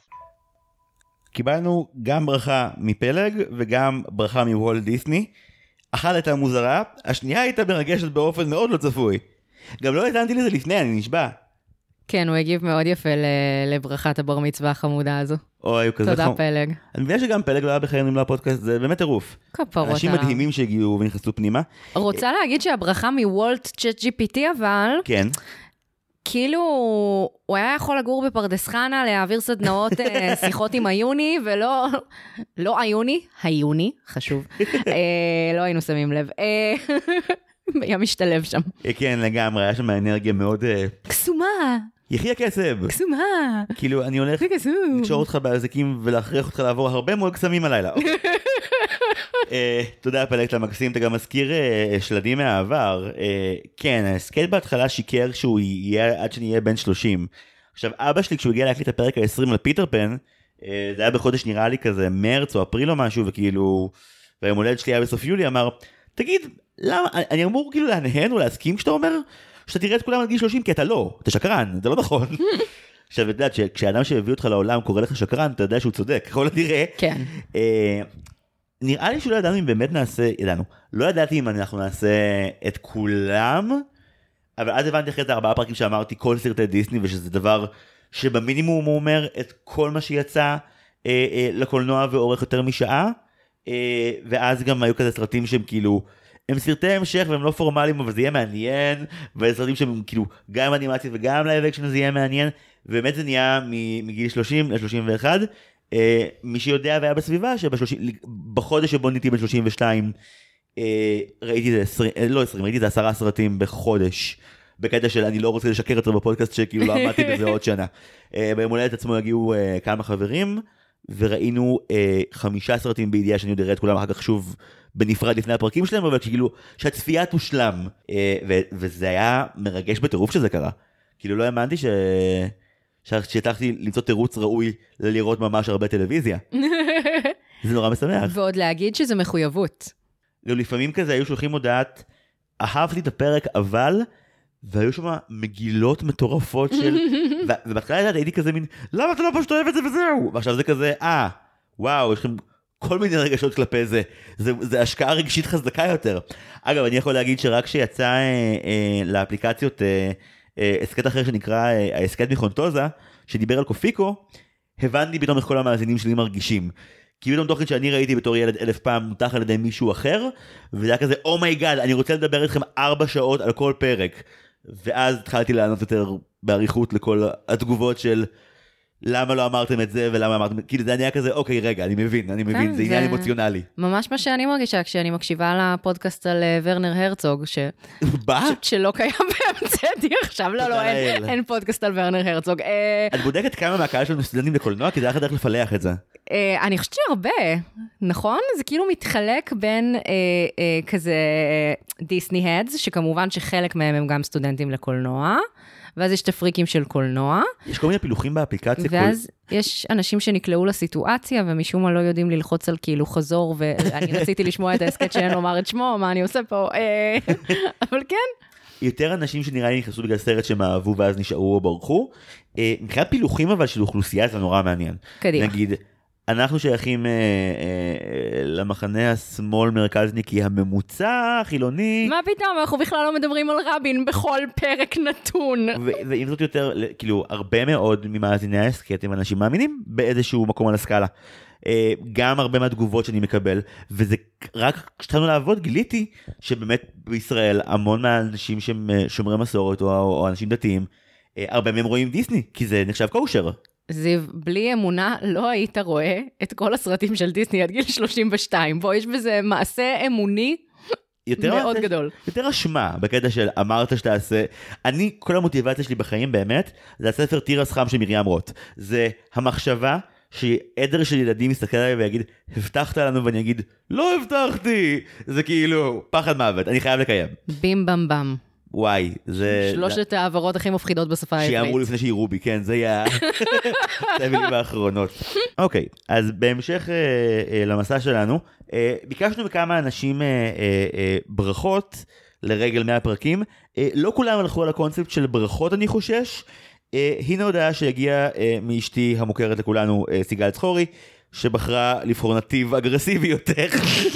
קיבלנו גם ברכה מפלג וגם ברכה מוולט דיסני. אחת הייתה מוזרה, השנייה הייתה מרגשת באופן מאוד לא צפוי. גם לא התנתי לזה לפני, אני נשבע. כן, הוא הגיב מאוד יפה לברכת הבר מצווה החמודה הזו. אוי, הוא כזה תודה פלג. אני מבין שגם פלג לא היה בחיים לפודקאסט, זה באמת טירוף. כפרות. אנשים מדהימים שהגיעו ונכנסו פנימה. רוצה להגיד שהברכה מוולט צ'אט GPT אבל, כן. כאילו הוא היה יכול לגור בפרדס חנה, להעביר סדנאות שיחות עם היוני, ולא, לא היוני, חשוב. לא היינו שמים לב. היה משתלב שם. כן, לגמרי, היה שם האנרגיה מאוד... קסומה. יחי הקסם. קסומה. כאילו, אני הולך לקשור אותך באזיקים ולהכריח אותך לעבור הרבה מאוד קסמים הלילה. תודה פלג למקסים, אתה גם מזכיר שלדים מהעבר. כן, הסקייט בהתחלה שיקר שהוא יהיה עד שנהיה בן 30. עכשיו, אבא שלי כשהוא הגיע להקליט את הפרק ה-20 לפיטר פן, זה היה בחודש נראה לי כזה מרץ או אפריל או משהו, וכאילו, והיום הולד שלי היה בסוף יולי, אמר, תגיד, למה, אני אמור כאילו להנהן או להסכים כשאתה אומר שאתה תראה את כולם עד גיל 30, כי אתה לא, אתה שקרן, זה לא נכון. עכשיו, אתה יודעת, כשאדם שהביא אותך לעולם קורא לך שקרן, אתה יודע שהוא צודק, יכול לדראה. כן. נראה לי שלא ידענו אם באמת לא ידעתי אם אנחנו נעשה את כולם, אבל אז הבנתי אחרי את 4 פרקים שאמרתי כל סרטי דיסני, ושזה דבר שבמינימום הוא אומר את כל מה שיצא לקולנוע ואורך יותר משעה, ואז גם היו כזה סרטים שהם כאילו, הם סרטי המשך והם לא פורמליים, אבל זה יהיה מעניין, וסרטים שהם כאילו גם אנימציה וגם לייב אקשן זה יהיה מעניין, ובאמת זה נהיה מגיל 30 ל-31, מי שיודע והיה בסביבה, בחודש שבו ניתי בן 32, ראיתי זה 10 סרטים בחודש, בקטע של אני לא רוצה לשקר יותר בפודקאסט שכאילו לא עמדתי בזה עוד שנה. ביום הולדת עצמו הגיעו כמה חברים, וראינו 5 סרטים בידיעה שאני עוד אראה את כולם אחר כך שוב בנפרד לפני הפרקים שלהם, אבל כאילו שהצפייה תושלם, וזה היה מרגש בטירוף שזה קרה. כאילו לא האמנתי שהצלחתי למצוא תירוץ ראוי לראות ממש הרבה טלוויזיה. זה נורא משמח. ועוד להגיד שזה מחויבות. לפעמים כזה היו שולחים הודעת, אהבתי את הפרק אבל, והיו שם מגילות מטורפות של, ובהתחלה הייתי כזה מין, למה אתה לא פשוט אוהב את זה וזהו? ועכשיו זה כזה, וואו, יש לכם כל מיני רגשות כלפי זה, זה השקעה רגשית חזקה יותר. אגב, אני יכול להגיד שרק שיצא לאפליקציות, הסקט אחר שנקרא הסקט מחונטוזה, שדיבר על קופיקו, הבנתי פתאום איך כל המאזינים שלי מרגישים. כי פתאום תוכן שאני ראיתי בתור ילד 1000 פעם מותח על ידי מישהו אחר, וזה היה כזה, אומייגאד, אני רוצה לדבר איתכם 4 שעות על כל פרק. ואז התחלתי לענות יותר בעריכות לכל התגובות של למה לא אמרתם את זה ולמה אמרתם, כאילו זה היה כזה, אוקיי רגע, אני מבין, זה עניין אמוציונלי. ממש מה שאני מרגישה כשאני מקשיבה לפודקאסט על ורנר הרצוג, שלא קיים באמצעתי עכשיו, לא, אין פודקאסט על ורנר הרצוג. את בודקת כמה מהקהל שלנו סטודנטים לקולנוע, כי זה היה דרך לפלח את זה. אני חושבת שהרבה, נכון? זה כאילו מתחלק בין כזה דיסני הדס, שכמובן שחלק מהם הם גם סטודנטים לקולנוע, ואז יש את הפריקים של קולנוע. יש כל מיני פילוחים באפליקציה. ואז יש אנשים שנקלעו לסיטואציה, ומשום מה לא יודעים ללחוץ על כאילו חזור, ואני רציתי לשמוע את ההסקט שאין לומר את שמו, מה אני עושה פה? אבל כן. יותר אנשים שנראה לי נכנסו בגלל סרט שהם אהבו ואז נשארו או ברחו. מבחינת פילוחים אבל של אוכלוסייה זה נורא מעניין. קדימה. נגיד, אנחנו שייכים למחנה השמאל מרכזניקי הממוצע, חילוני. מה פתאום? אנחנו בכלל לא מדברים על רבין בכל פרק נתון. ואם זאת יותר, כאילו, הרבה מאוד ממאזיני ההסקט הם אנשים מאמינים באיזשהו מקום על הסקאלה. גם הרבה מהתגובות שאני מקבל, וזה רק כשתנו לעבוד, גיליתי שבאמת בישראל המון מהאנשים שהם שומרי מסורת או אנשים דתיים, הרבה מהם רואים דיסני, כי זה נחשב קושר. זיו, בלי אמונה לא היית רואה את כל הסרטים של דיסני עד גיל 32. בוא, יש בזה מעשה אמוני מאוד גדול. יותר אשמה בקטע של אמרת שתעשה. אני, כל המוטיבציה שלי בחיים באמת, זה הספר תירס חם של מרים רוט. זה המחשבה שעדר של ילדים מסתכל עליי ויגיד, הבטחת לנו, ואני אגיד, לא הבטחתי. זה כאילו פחד מוות, אני חייב לקיים. בים במ בם. וואי, זה... שלושת העברות הכי מפחידות בשפה העברית. שיאמרו לפני שיראו בי, כן, זה יהיה... זה המילים האחרונות. אוקיי, אז בהמשך למסע שלנו, ביקשנו מכמה אנשים ברכות לרגל 100 פרקים. לא כולם הלכו על הקונספט של ברכות, אני חושש. הנה הודעה שהגיעה מאשתי המוכרת לכולנו, סיגל צחורי, שבחרה לבחור נתיב אגרסיבי יותר.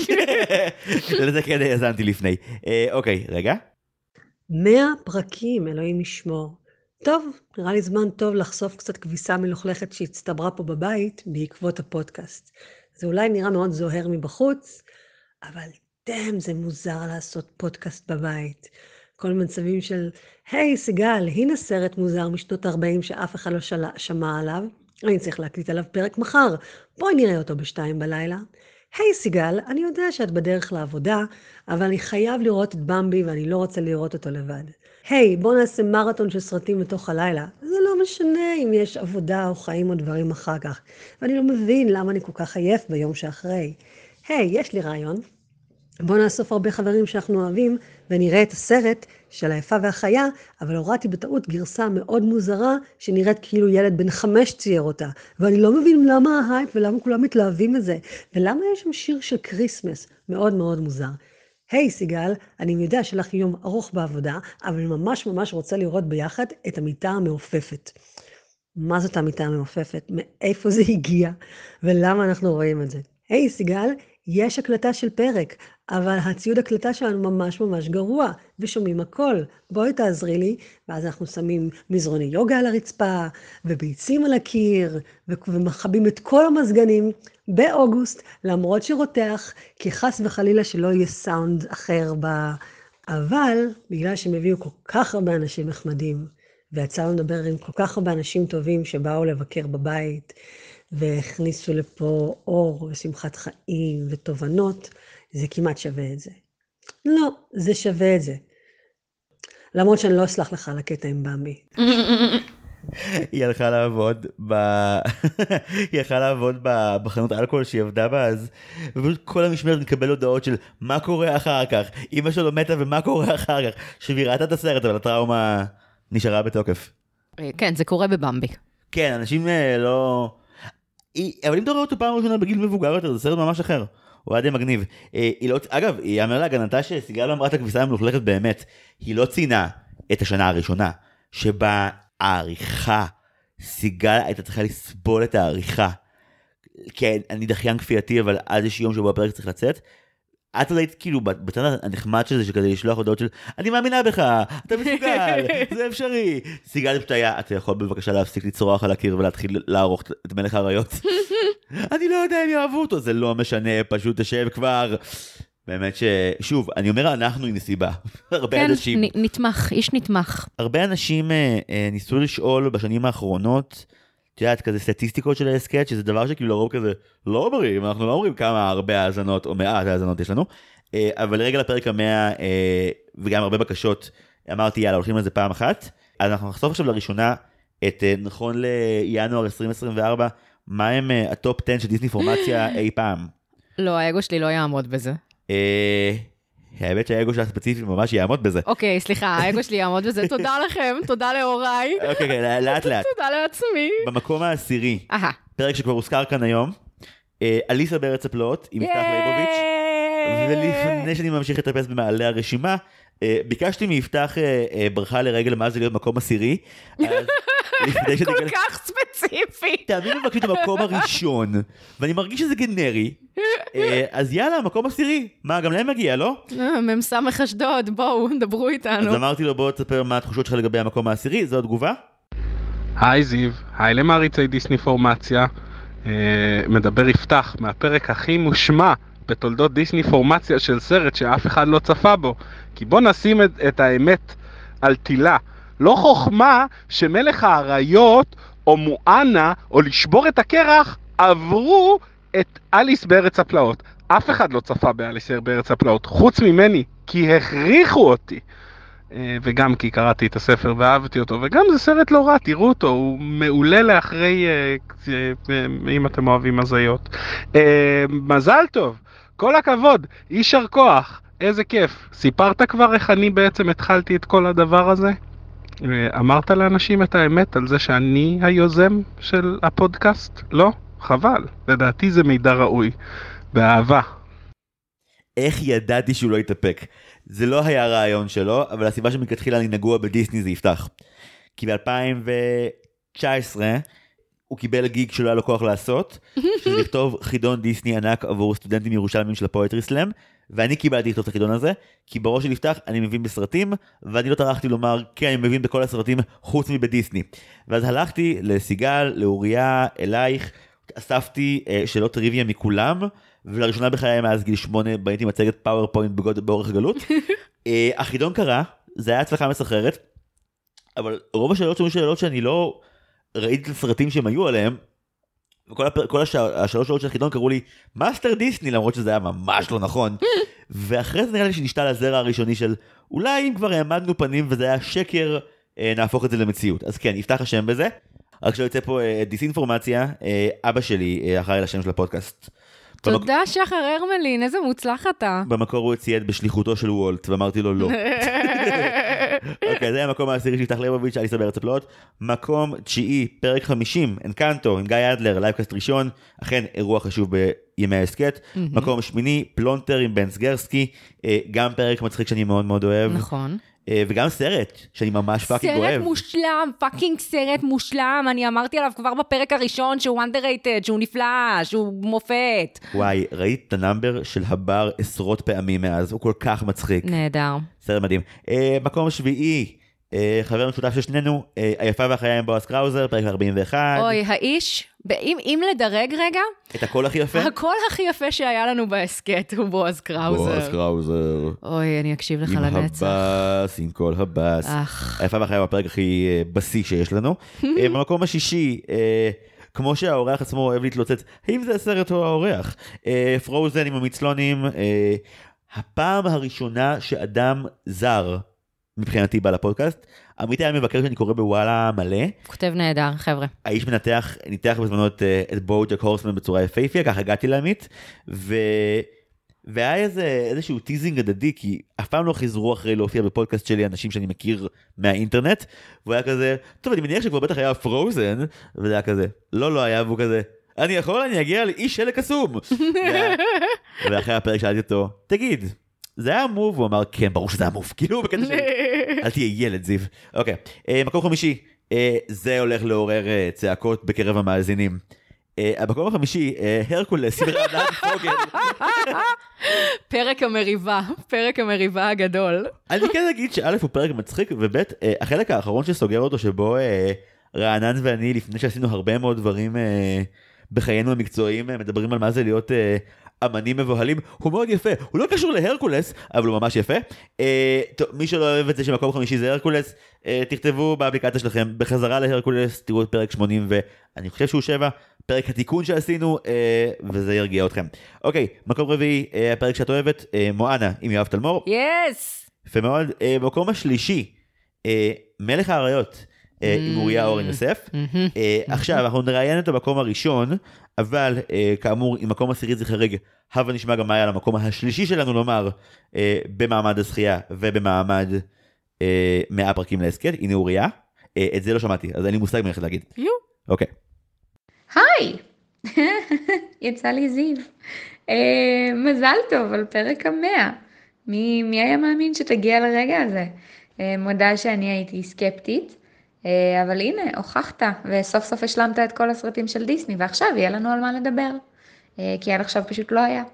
לזה כן יזנתי לפני. אוקיי, רגע. 100 פרקים, אלוהים ישמור. טוב, נראה לי זמן טוב לחשוף קצת כביסה מלוכלכת שהצטברה פה בבית בעקבות הפודקאסט. זה אולי נראה מאוד זוהר מבחוץ, אבל זה מוזר לעשות פודקאסט בבית. כל מצבים של, היי סיגל, הנה סרט מוזר משנות 40 שאף אחד לא שמע עליו. אני צריך להקליט עליו פרק מחר. בואי נראה אותו ב2 בלילה. היי סיגל, אני יודע שאת בדרך לעבודה, אבל אני חייב לראות את במבי ואני לא רוצה לראות אותו לבד. היי, בוא נעשה מרתון של סרטים בתוך הלילה. זה לא משנה אם יש עבודה או חיים או דברים אחר כך. ואני לא מבין למה אני כל כך עייף ביום שאחרי. היי, יש לי רעיון. בוא נאסוף הרבה חברים שאנחנו אוהבים ונראה את הסרט של היפה והחיה, אבל הורדתי בטעות גרסה מאוד מוזרה שנראית כאילו ילד בן 5 צייר אותה. ואני לא מבין למה ההייפ ולמה כולם מתלהבים מזה. ולמה יש שם שיר של קריסמס מאוד מאוד מוזר. היי סיגל, אני יודע שלך יום ארוך בעבודה, אבל אני ממש ממש רוצה לראות ביחד את המיטה המעופפת. מה זאת המיטה המעופפת? מאיפה זה הגיע? ולמה אנחנו רואים את זה? היי סיגל, יש הקלטה של פרק, אבל הציוד הקלטה שלנו ממש ממש גרוע, ושומעים הכל. בואי תעזרי לי, ואז אנחנו שמים מזרוני יוגה על הרצפה, וביצים על הקיר, ומחבים את כל המזגנים באוגוסט, למרות שרותח, כי חס וחלילה שלא יהיה סאונד אחר אבל בגלל שהם הביאו כל כך הרבה אנשים נחמדים, ויצא לנו לדבר עם כל כך הרבה אנשים טובים שבאו לבקר בבית, והכניסו לפה אור ושמחת חיים ותובנות, זה כמעט שווה את זה. לא, זה שווה את זה. למרות שאני לא אסלח לך על הקטע עם במבי. היא הלכה לעבוד בחנות אלכוהול שהיא עבדה בה אז, ופשוט כל המשמרת מקבל הודעות של מה קורה אחר כך, אמא שלו מתה ומה קורה אחר כך, שהיא ראתה את הסרט אבל הטראומה נשארה בתוקף. כן, זה קורה בבמבי. כן, אנשים לא... אבל אם אתה רואה אותו פעם ראשונה בגיל מבוגר יותר, זה סרט ממש אחר. הוא היה די מגניב. אגב, היא אמרה להגנתה שסיגל לא אמרה את הכביסה המלוכלכת באמת. היא לא ציינה את השנה הראשונה, שבה העריכה, סיגל הייתה צריכה לסבול את העריכה. כן, אני דחיין כפייתי, אבל עד איזשהו יום שבו הפרק צריך לצאת. את היית כאילו בצד הנחמד של זה, שכדי לשלוח הודעות של, אני מאמינה בך, אתה מסוגל, זה אפשרי. סיגל פשוט היה, אתה יכול בבקשה להפסיק לצרוח על הקיר ולהתחיל לערוך את מלך האריות. אני לא יודע אם יאהבו אותו, זה לא משנה, פשוט תשב כבר. באמת שוב, אני אומר אנחנו עם נסיבה. הרבה אנשים... כן, נתמך, איש נתמך. הרבה אנשים ניסו לשאול בשנים האחרונות, את יודעת, כזה סטטיסטיקות של ההסקט, שזה דבר שכאילו לרוב כזה לא אומרים, אנחנו לא אומרים כמה הרבה האזנות או מעט האזנות יש לנו, אבל רגע לפרק 100 וגם הרבה בקשות, אמרתי יאללה, הולכים על זה פעם אחת, אז אנחנו נחשוף עכשיו לראשונה את נכון לינואר 2024, מה הם הטופ 10 של דיסני פורמציה אי פעם? לא, האגו שלי לא יעמוד בזה. האמת שהאגו שלה ספציפי ממש יעמוד בזה. אוקיי, סליחה, האגו שלי יעמוד בזה. תודה לכם, תודה להוריי. אוקיי, לאט לאט. תודה לעצמי. במקום העשירי, פרק שכבר הוזכר כאן היום, אליסה בארץ הפלאות, עם יפתח ליבוביץ'. ולפני שאני ממשיך לטפס במעלה הרשימה, ביקשתי מיפתח ברכה לרגל מה זה להיות מקום עשירי. כל כך ספציפי. תאמינו מבקשים את המקום הראשון, ואני מרגיש שזה גנרי, אז יאללה, מקום עשירי. מה, גם להם מגיע, לא? ממסמך אשדוד, בואו, דברו איתנו. אז אמרתי לו, בוא תספר מה התחושות שלך לגבי המקום העשירי, זו התגובה? היי זיו, היי למעריצי דיסני פורמציה, מדבר יפתח מהפרק הכי מושמע בתולדות דיסני פורמציה של סרט שאף אחד לא צפה בו, כי בוא נשים את האמת על תילה. לא חוכמה שמלך האריות או מואנה או לשבור את הקרח עברו את אליס בארץ הפלאות. אף אחד לא צפה באליס בארץ הפלאות חוץ ממני, כי הכריחו אותי. וגם כי קראתי את הספר ואהבתי אותו, וגם זה סרט לא רע, תראו אותו, הוא מעולה לאחרי, אם אתם אוהבים הזיות. מזל טוב, כל הכבוד, יישר כוח, איזה כיף. סיפרת כבר איך אני בעצם התחלתי את כל הדבר הזה? אמרת לאנשים את האמת על זה שאני היוזם של הפודקאסט? לא? חבל, לדעתי זה מידע ראוי. באהבה. איך ידעתי שהוא לא יתאפק? זה לא היה רעיון שלו, אבל הסיבה שמכתחילה אני נגוע בדיסני זה יפתח. כי ב-2019 הוא קיבל גיג שלא היה לו כוח לעשות, שזה לכתוב חידון דיסני ענק עבור סטודנטים ירושלמים של הפואטרי סלאם, ואני קיבלתי לכתוב את החידון הזה, כי בראש של יפתח אני מבין בסרטים, ואני לא טרחתי לומר, כן, אני מבין בכל הסרטים חוץ מבדיסני. ואז הלכתי לסיגל, לאוריה, אלייך, אספתי שאלות טריוויה מכולם, ולראשונה בחיי מאז גיל 8 בניתי מצגת פאורפוינט באורך גלות. החידון קרה, זה היה הצלחה מסחררת, אבל רוב השאלות שהיו שאלות שאני לא ראיתי את הסרטים שהם היו עליהם, וכל השלוש שאלות של החידון קראו לי מאסטר דיסני, למרות שזה היה ממש לא נכון. ואחרי זה נראה לי שנשתל הזרע הראשוני של אולי אם כבר העמדנו פנים וזה היה שקר, נהפוך את זה למציאות. אז כן, יפתח השם בזה. רק שלא יוצא פה דיסאינפורמציה, אבא שלי אחראי לשם של הפודקאסט. תודה שחר הרמלין, איזה מוצלח אתה. במקור הוא צייד בשליחותו של וולט, ואמרתי לו לא. אוקיי, זה היה המקום העשירי שיפתח ליבוביץ', אליסה בארץ הפלאות. מקום 9, פרק 50, אנקנטו, עם גיא אדלר, לייבקאסט ראשון, אכן אירוע חשוב בימי העסקת. מקום 8, פלונטר עם בן סגרסקי, גם פרק מצחיק שאני מאוד מאוד אוהב. נכון. וגם סרט שאני ממש פאקינג אוהב. סרט מושלם, פאקינג סרט מושלם, אני אמרתי עליו כבר בפרק הראשון שהוא underrated, שהוא נפלא, שהוא מופת. וואי, ראית את הנאמבר של הבר עשרות פעמים מאז, הוא כל כך מצחיק. נהדר. סרט מדהים. מקום 7, חבר משותף של שנינו, היפה והחיה עם בועז קראוזר, פרק 41. אוי, האיש, אם לדרג רגע, את הקול הכי יפה? הקול הכי יפה שהיה לנו בהסקט הוא בועז קראוזר. בועז קראוזר. אוי, אני אקשיב לך לנצח. עם הבאס, עם כל הבאס. היפה והחיה הוא הפרק הכי בסי שיש לנו. במקום השישי, כמו שהאורח עצמו אוהב להתלוצץ, האם זה הסרט או האורח? פרוזן עם המצלונים, הפעם הראשונה שאדם זר, מבחינתי בא לפודקאסט, עמית היה מבקר שאני קורא בוואלה מלא. כותב נהדר, חבר'ה. האיש ניתח בזמנו את בוג'ק הורסמן בצורה יפהפייה, כך הגעתי לעמית, והיה איזשהו טיזינג הדדי, כי אף פעם לא חיזרו אחרי להופיע בפודקאסט שלי אנשים שאני מכיר מהאינטרנט, והוא היה כזה, טוב, אני מניח שכבר בטח היה פרוזן, וזה היה כזה, לא היה, והוא כזה, אני אגיע לאיש שלג קסום. ואחרי הפרק שאלתי אותו, תגיד, זה היה מוב? הוא אמר, כן, ברור שזה היה מוב. כאילו, בקטע של, אל תהיה ילד, זיו. אוקיי, מקום 5, זה הולך לעורר צעקות בקרב המאזינים. המקום 5, הרקולס, סדרה דן פוגל. פרק המריבה הגדול. אני כן אגיד שא' הוא פרק מצחיק, וב' החלק האחרון שסוגר אותו, שבו רענן ואני, לפני שעשינו הרבה מאוד דברים בחיינו המקצועיים, מדברים על מה זה להיות אמנים מבוהלים, הוא מאוד יפה, הוא לא קשור להרקולס, אבל הוא ממש יפה. טוב, מי שלא אוהב את זה שמקום 5 זה הרקולס, תכתבו באפליקציה שלכם בחזרה להרקולס, תראו את פרק 80, ואני חושב שהוא 7, פרק התיקון שעשינו, וזה ירגיע אתכם. אוקיי, מקום 4, הפרק שאת אוהבת, מואנה, עם יואב תלמור. יס! יפה מאוד. מקום 3, מלך האריות, עם אוריה אורן יוסף. עכשיו, אנחנו נראיין אותו במקום הראשון, אבל כאמור, עם מקום עשירי זה חרג, הבה נשמע גם מה היה למקום השלישי שלנו לומר, במעמד הזכייה ובמעמד 100 פרקים להסכת. הנה אוריה, את זה לא שמעתי, אז אין לי מושג מלכת להגיד. אוקיי. היי, יצא לי זיו. מזל טוב על פרק 100. מי היה מאמין שתגיע לרגע הזה? מודה שאני הייתי סקפטית, אבל הנה, הוכחת, וסוף סוף השלמת את כל הסרטים של דיסני, ועכשיו יהיה לנו על מה לדבר, כי עד עכשיו פשוט לא היה.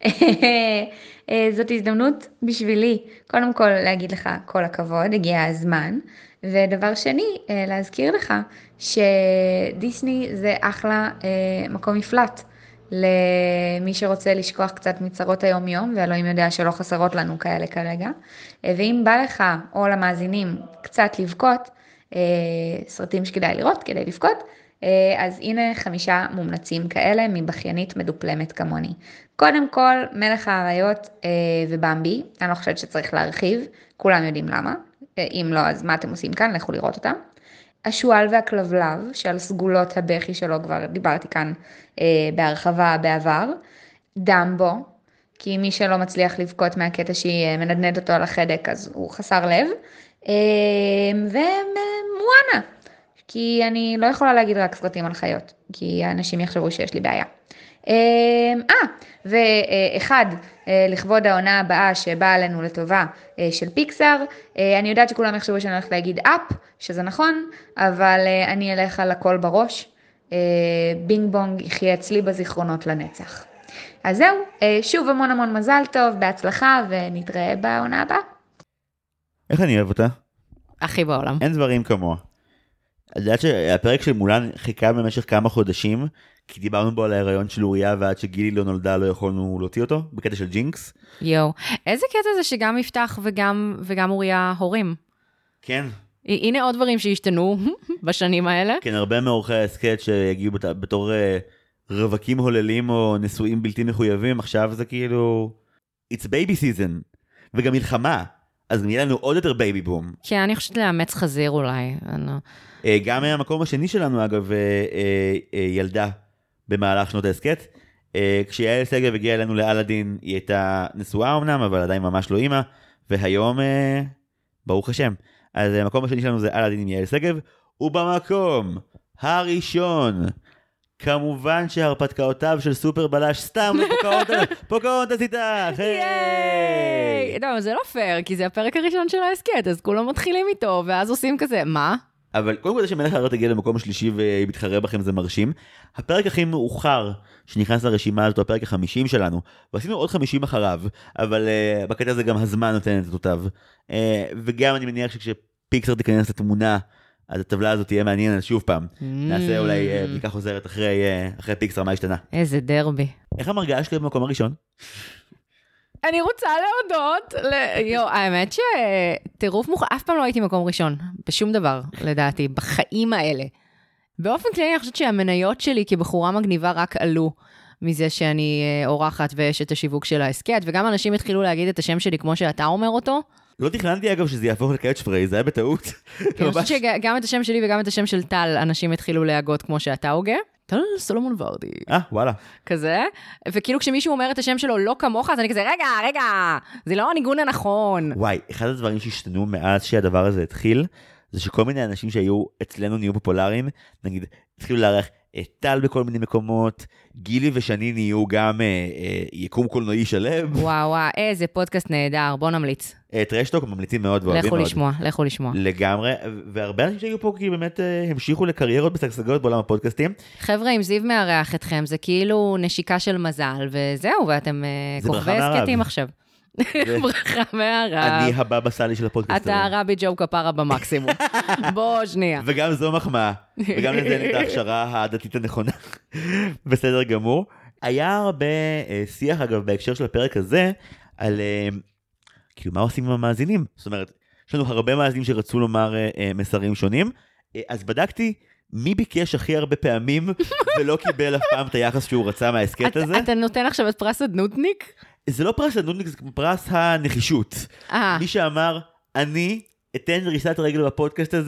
זאת הזדמנות בשבילי, קודם כל להגיד לך כל הכבוד, הגיע הזמן, ודבר שני, להזכיר לך שדיסני זה אחלה מקום מפלט, למי שרוצה לשכוח קצת מצרות היום יום, ואלוהים יודע שלא חסרות לנו כאלה כרגע, ואם בא לך או למאזינים קצת לבכות, סרטים שכדאי לראות כדי לבכות, אז הנה 5 מומלצים כאלה מבכיינית מדופלמת כמוני. קודם כל, מלך האריות ובמבי, אני לא חושבת שצריך להרחיב, כולם יודעים למה, אם לא אז מה אתם עושים כאן, לכו לראות אותם. השואל והכלבלב, שעל סגולות הבכי שלו כבר דיברתי כאן בהרחבה בעבר. דמבו, כי מי שלא מצליח לבכות מהקטע שהיא מנדנדת אותו על החדק, אז הוא חסר לב. ומואנה, כי אני לא יכולה להגיד רק סרטים על חיות, כי האנשים יחשבו שיש לי בעיה. ואחד, לכבוד העונה הבאה שבאה עלינו לטובה של פיקסאר, אני יודעת שכולם יחשבו שאני הולכת להגיד אפ, שזה נכון, אבל אני אלך על הכל בראש, בינג בונג יחיה אצלי בזיכרונות לנצח. אז זהו, שוב המון המון מזל טוב, בהצלחה, ונתראה בעונה הבאה. איך אני אוהב אותה? הכי בעולם. אין דברים כמוה. את יודעת שהפרק של מולן חיכה במשך כמה חודשים, כי דיברנו בו על ההיריון של אוריה, ועד שגילי לא נולדה לא יכולנו להוציא אותו, בקטע של ג'ינקס. יו, איזה קטע זה שגם יפתח וגם אוריה הורים? כן. הנה עוד דברים שהשתנו בשנים האלה. כן, הרבה מאורחי הסקט שהגיעו בתור רווקים הוללים או נשואים בלתי מחויבים, עכשיו זה כאילו, it's baby season, וגם מלחמה, אז נהיה לנו עוד יותר בייבי בום. כן, אני חושבת לאמץ חזיר אולי. גם המקום השני שלנו, אגב, ילדה במהלך שנות ההסקט. כשיעל סגב הגיעה אלינו לאלאדין, היא הייתה נשואה אמנם, אבל עדיין ממש לא אימא, והיום, ברוך השם. אז המקום השני שלנו זה אלאדין עם יעל סגב, ובמקום הראשון, כמובן שהרפתקאותיו של סופר בלש סתם פוקהונטס איתך, היי! לא, זה לא פייר, כי זה הפרק הראשון של ההסקט, אז כולם מתחילים איתו, ואז עושים כזה, מה? אבל קודם כל זה שמלך האריות הגיע למקום השלישי ומתחרה בכם זה מרשים. הפרק הכי מאוחר שנכנס לרשימה הזאת, הפרק ה-50 שלנו, ועשינו עוד 50 אחריו, אבל בקטע הזה גם הזמן נותן את אותותיו. וגם אני מניח שכשפיקסאר תיכנס לתמונה, אז הטבלה הזאת תהיה מעניינת שוב פעם. נעשה אולי בדיקה חוזרת אחרי פיקסאר, מה השתנה. איזה דרבי. איך המרגעה שלי במקום הראשון? אני רוצה להודות, האמת שטירוף אף פעם לא הייתי מקום ראשון, בשום דבר, לדעתי, בחיים האלה. באופן כללי, אני חושבת שהמניות שלי כבחורה מגניבה רק עלו מזה שאני אורחת ויש את השיווק של ההסקט, וגם אנשים התחילו להגיד את השם שלי כמו שאתה אומר אותו. לא תכננתי אגב שזה יהפוך לקאץ' פרייז, זה היה בטעות. אני חושבת שגם את השם שלי וגם את השם של טל, אנשים התחילו להגות כמו שאתה הוגה. טל סולומון ורדי. וואלה. כזה, וכאילו כשמישהו אומר את השם שלו לא כמוך, אז אני כזה, רגע, זה לא הניגון הנכון. וואי, אחד הדברים שהשתנו מאז שהדבר הזה התחיל, זה שכל מיני אנשים שהיו אצלנו נהיו פופולריים, נגיד, התחילו לארח טל בכל מיני מקומות, גילי ושני נהיו גם יקום קולנועי שלם. וואו, איזה פודקאסט נהדר, בוא נמליץ. טרשטוק ממליצים מאוד ואוהבים מאוד. לכו לשמוע. לגמרי, והרבה אנשים שהיו פה כי באמת המשיכו לקריירות בסגסגות בעולם הפודקאסטים. חבר'ה, אם זיו מארח אתכם, זה כאילו נשיקה של מזל, וזהו, ואתם כוכבי הסקטים עכשיו. ברכה מהרב. אני הבא בסלי של הפודקאסט. אתה רבי ג'ו כפרה במקסימום. בוא שנייה. וגם זו מחמאה, וגם לזה את ההכשרה הדתית הנכונה. בסדר גמור. היה הרבה שיח אגב בהקשר של הפרק הזה, על כאילו מה עושים עם המאזינים. זאת אומרת, יש לנו הרבה מאזינים שרצו לומר מסרים שונים, אז בדקתי מי ביקש הכי הרבה פעמים, ולא קיבל אף פעם את היחס שהוא רצה מההסקט הזה. אתה נותן עכשיו את פרס הדנודניק? זה לא פרס הדנודניק, זה פרס הנחישות. מי שאמר, אני אתן דריסת רגל בפודקאסט הזה,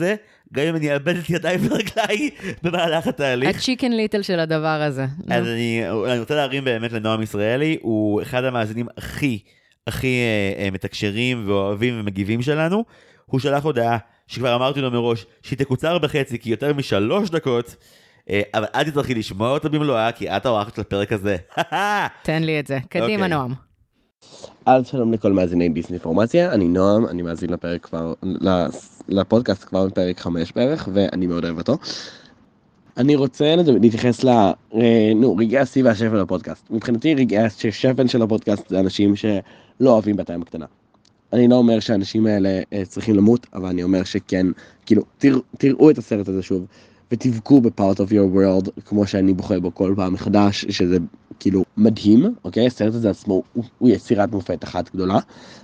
גם אם אני אאבד את ידיים ורגליי במהלך התהליך. הצ'יקן ליטל של הדבר הזה. אז אני רוצה להרים באמת לנועם ישראלי, הוא אחד המאזינים הכי מתקשרים ואוהבים ומגיבים שלנו. הוא שלח הודעה שכבר אמרתי לו מראש שהיא תקוצר בחצי כי יותר מ3 דקות, אבל אל תצטרכי לשמוע אותה במלואה כי את האורחת של הפרק הזה. תן לי את זה. קדימה נועם. אז שלום לכל מאזיני דיסני אינפורמציה, אני נועם, אני מאזין לפודקאסט כבר בפרק 5 בערך, ואני מאוד אוהב אותו. אני רוצה להתייחס רגעי השיא והשפל לפודקאסט. מבחינתי רגעי השפל של הפודקאסט זה אנשים שלא אוהבים בתיים הקטנה. אני לא אומר שהאנשים האלה צריכים למות, אבל אני אומר שכן, כאילו, תראו את הסרט הזה שוב, ותבכו ב-Part of your world, כמו שאני בוכה בו כל פעם מחדש, שזה כאילו מדהים, אוקיי? הסרט הזה עצמו הוא יצירת מופת אחת גדולה,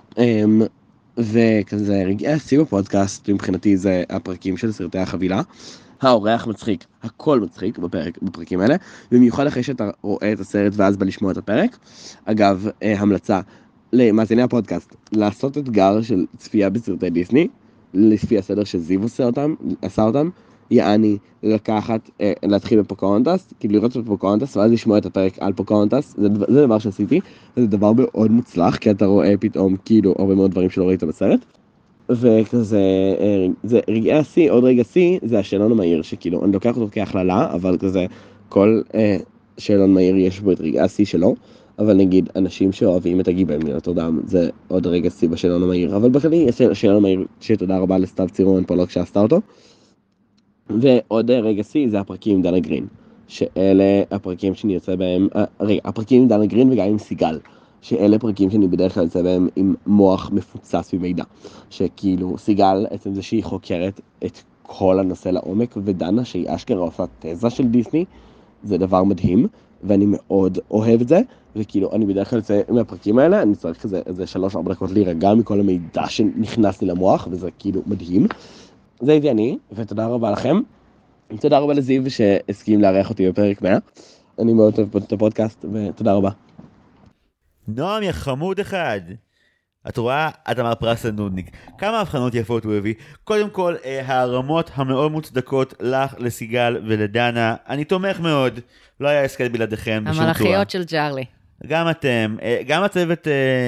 וכזה רגעי השיא בפודקאסט, מבחינתי זה הפרקים של סרטי החבילה, האורח מצחיק, הכל מצחיק בפרקים האלה, במיוחד אחרי שאתה רואה את הסרט ואז בא לשמוע את הפרק. אגב, המלצה למאזיני הפודקאסט, לעשות אתגר של צפייה בסרטי דיסני, לפי הסדר שזיו עשה אותם, יעני להתחיל בפוקהונטס, כאילו לראות את פוקהונטס ואז לשמוע את הפרק על פוקהונטס, זה דבר שעשיתי, וזה דבר מאוד מוצלח, כי אתה רואה פתאום כאילו הרבה מאוד דברים שלא ראית בסרט, וכזה, זה רגעי השיא, עוד רגע שיא, זה השאלון המהיר, שכאילו אני לוקח אותו כהכללה, אבל כזה כל שאלון מהיר יש בו את רגעי השיא שלו, אבל נגיד אנשים שאוהבים את הגיבל מילות אדם, זה עוד רגע שיא בשאלון המהיר, אבל בכלל יש שאלון המהיר שתודה רבה לסתיו צירון פולוק שעשתה אותו, ועוד רגע שיא זה הפרקים עם דנה גרין, שאלה הפרקים שאני יוצא בהם, הפרקים עם דנה גרין וגם עם סיגל, שאלה פרקים שאני בדרך כלל יוצא בהם עם מוח מפוצץ במידע, שכאילו סיגל עצם זה שהיא חוקרת את כל הנושא לעומק, ודנה שהיא אשכרה עושה תזה של דיסני, זה דבר מדהים, ואני מאוד אוהב את זה, וכאילו אני בדרך כלל יוצא מהפרקים האלה, אני צריך כזה 3-4 דקות להירגע מכל המידע שנכנס לי למוח, וזה כאילו מדהים. זה הייתי אני, ותודה רבה לכם. תודה רבה לזיו שהסכים לארח אותי בפרק 100. אני מאוד אוהב את הפודקאסט, ותודה רבה. נועם, יא חמוד אחד. את רואה? את אמר פרס הנודניק. כמה הבחנות יפות הוא הביא. קודם כל, הרמות המאוד מוצדקות לך, לסיגל ולדנה. אני תומך מאוד. לא היה הסקל בלעדיכם בשום צורה. המלאכיות של ג'רלי. גם אתם, גם הצוות,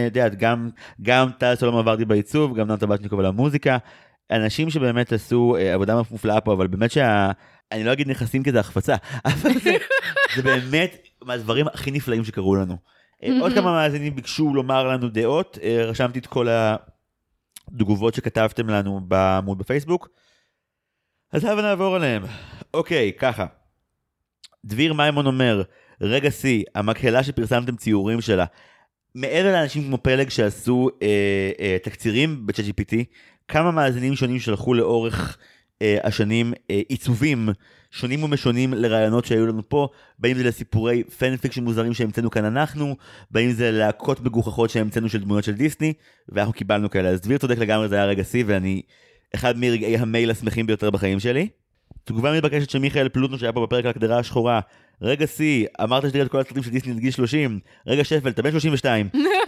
גם טל סולום עברתי בעיצוב, גם נתן בצ'ניקוב על המוזיקה. אנשים שבאמת עשו עבודה מופלאה פה, אבל באמת אני לא אגיד נכנסים כזה החפצה, אבל זה באמת מהדברים הכי נפלאים שקרו לנו. עוד כמה מאזינים ביקשו לומר לנו דעות, רשמתי את כל התגובות שכתבתם לנו בעמוד בפייסבוק, אז הבה נעבור עליהם. אוקיי, ככה. דביר מימון אומר, רגע שיא, המקהלה שפרסמתם ציורים שלה, מעבר לאנשים כמו פלג שעשו תקצירים ב-ChatGPT, כמה מאזינים שונים שלחו לאורך השנים עיצובים שונים ומשונים לרעיונות שהיו לנו פה, בין זה לסיפורי פן-פיקשן מוזרים שהמצאנו כאן אנחנו, בין זה להקות מגוחכות שהמצאנו של דמויות של דיסני, ואנחנו קיבלנו כאלה. אז דביר צודק לגמרי, זה היה רגע שיא, ואני אחד מרגעי המייל השמחים ביותר בחיים שלי. תגובה מתבקשת של מיכאל פלוטנו שהיה פה בפרק על הקדרה השחורה, רגע שיא, אמרת שתראה את כל הסרטים של דיסני עד גיל 30, רגע שפל, אתה בן 32.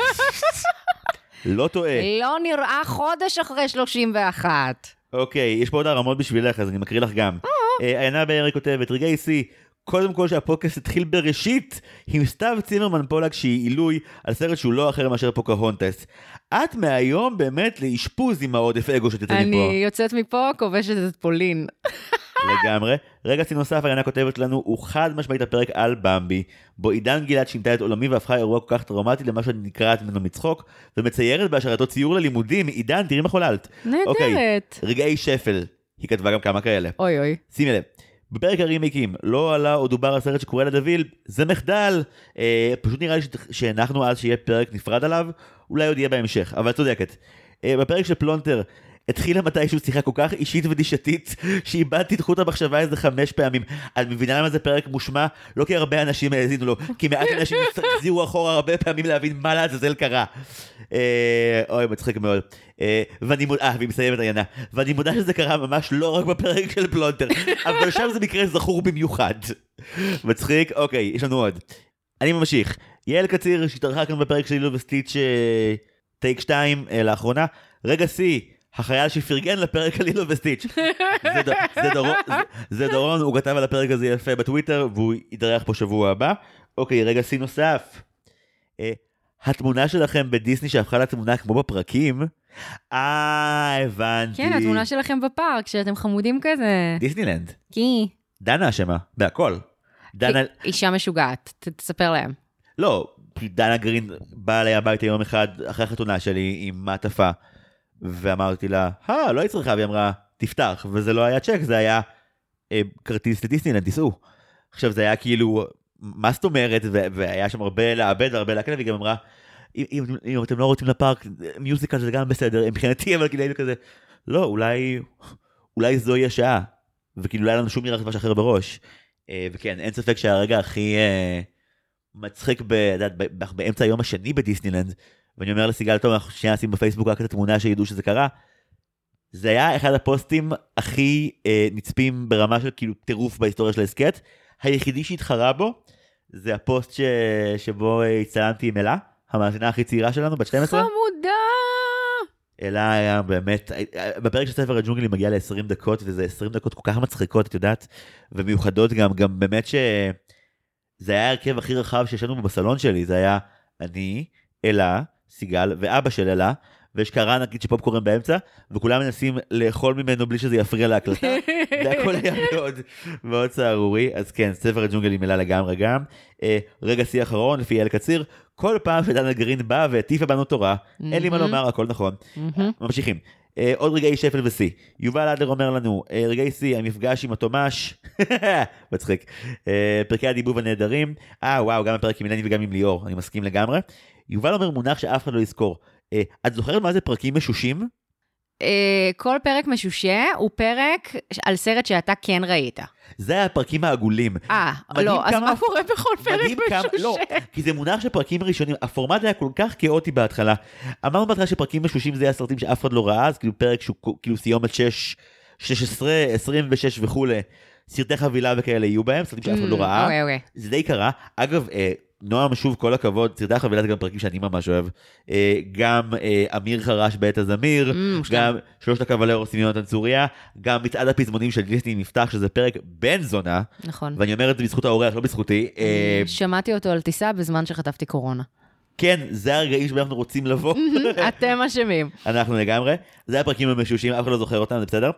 לא טועה. לא נראה חודש אחרי 31. אוקיי, יש פה עוד הרמות בשבילך, אז אני מקריא לך גם. עיינה בערי כותבת, רגעי שיא, קודם כל שהפודקאסט התחיל בראשית עם סתיו צימרמן פולק שהיא עילוי על סרט שהוא לא אחר מאשר פוקהונטס. את מהיום באמת לאשפוז עם העודף אגו שתתן לי פה. אני יוצאת מפה, כובשת את פולין. לגמרי. רגע שיא נוסף, עיינה כותבת לנו, הוא חד משמעית הפרק על במבי, בו עידן גלעד שינתה את עולמי והפכה אירוע כל כך טראומטי למה שאני נקראת ממנו מצחוק, ומציירת בהשארתו ציור ללימודים. עידן, תראי מה חוללת. נהדרת. אוקיי, רגעי שפל. היא כתבה גם כמה כאלה. אוי אוי. שימי לב. בפרק הרימיקים לא עלה או דובר על סרט שקורא לדביל, זה מחדל. פשוט נראה לי שאנחנו אז שיהיה פרק נפרד עליו, אולי עוד יהיה בהמשך, אבל צודקת. בפרק של פלונטר, התחילה מתישהו שיחה כל כך אישית ודישתית, שאיבדתי את חוט המחשבה איזה 5 פעמים. את מבינה למה זה פרק מושמע? לא כי הרבה אנשים האזינו לו, כי מעט אנשים יחזירו אחורה הרבה פעמים להבין מה לעזאזל קרה. אוי, מצחיק מאוד. והיא מסיימת עיינה. ואני מודה שזה קרה ממש לא רק בפרק של פלונטר, אבל שם זה מקרה זכור במיוחד. מצחיק? אוקיי, יש לנו עוד. אני ממשיך. יעל קציר, שהתארחה כאן בפרק של אילו וסטיץ' טייק 2 לאחרונה. רגע שיא, החייל שפרגן לפרק על לילו וסטיץ'. זה דורון, הוא כתב על הפרק הזה יפה בטוויטר, והוא יתארח פה שבוע הבא. אוקיי, רגע סי נוסף. התמונה שלכם בדיסני שהפכה לתמונה כמו בפרקים. הבנתי. כן, התמונה שלכם בפארק, שאתם חמודים כזה. דיסנילנד. כי... דנה אשמה, בהכל. דנה... אישה משוגעת, תספר להם. לא, דנה גרין באה אליי הביתה יום אחד אחרי החתונה שלי עם מעטפה, ואמרתי לה, לא היא צריכה, והיא אמרה, תפתח, וזה לא היה צ'ק, זה היה כרטיס לדיסנילנד, תיסעו. עכשיו זה היה כאילו, מה זאת אומרת, והיה שם הרבה לעבד, הרבה להקלט, והיא גם אמרה, אם אתם לא רוצים לפארק, מיוזיקל זה גם בסדר, מבחינתי, אבל כאילו היינו כזה, לא, אולי זוהי השעה, וכאילו לא היה לנו שום ירח אחר בראש. וכן, אין ספק שהרגע הכי מצחיק באמצע היום השני בדיסנילנד, ואני אומר לסיגל, טוב, אנחנו שנייה נשים בפייסבוק רק את התמונה שידעו שזה קרה, זה היה אחד הפוסטים הכי נצפים ברמה של כאילו טירוף בהיסטוריה של הסקט. היחידי שהתחרה בו, זה הפוסט שבו הצטלמתי עם אלה, המאזינה הכי צעירה שלנו, בת 12. חמודה! אלה היה באמת, בפרק של ספר הג'ונגלים מגיע ל-20 דקות, וזה 20 דקות כל כך מצחיקות, את יודעת, ומיוחדות גם באמת שזה היה הרכב הכי רחב שישנו בסלון שלי, זה היה אני, אלה, סיגל, ואבא של אלה, ויש קרה נגיד שפופקורן באמצע, וכולם מנסים לאכול ממנו בלי שזה יפריע להקלטה, והכל היה מאוד סערורי. אז כן, ספר הג'ונגלים אלה לגמרי גם. רגע שיא אחרון, לפי יעל קציר, כל פעם שדנה גרין באה והטיפה בנו תורה, אין לי מה לומר, הכל נכון. ממשיכים. עוד רגעי שפל ושיא. יובל אדלר אומר לנו, רגעי שיא, המפגש עם התומש, מצחיק. פרקי הדיבוב הנהדרים, וואו, גם הפרק עם אלני וגם עם ליאור, אני מסכים לגמרי. יובל אומר מונח שאף אחד לא יזכור. את זוכרת מה זה פרקים משושים? כל פרק משושה הוא פרק על סרט שאתה כן ראית. זה הפרקים העגולים. לא, אז מה קורה בכל פרק משושה? לא, כי זה מונח של פרקים ראשונים, הפורמט היה כל כך כאוטי בהתחלה. אמרנו בהתחלה שפרקים משושים זה היה סרטים שאף אחד לא ראה, אז כאילו פרק שהוא כאילו סיומת 6, 16, 26 וכו'. סרטי חבילה וכאלה יהיו בהם, סרטים שאף אחד לא ראה. זה די קרה. אגב, נועם, שוב, כל הכבוד, סרטי החבילה זה גם פרקים שאני ממש אוהב. גם אמיר חרש בעת הזמיר, גם שלושת הקבלרות עם יונתן צוריה, גם מצעד הפזמונים של דיסני נפתח, שזה פרק בן זונה. נכון. ואני אומר את זה בזכות האורח, לא בזכותי. שמעתי אותו על טיסה בזמן שחטפתי קורונה. כן, זה הרגעים שבהם אנחנו רוצים לבוא. אתם אשמים. אנחנו לגמרי. זה הפרקים המשושים, אף אחד לא זוכר אותם, זה בסדר.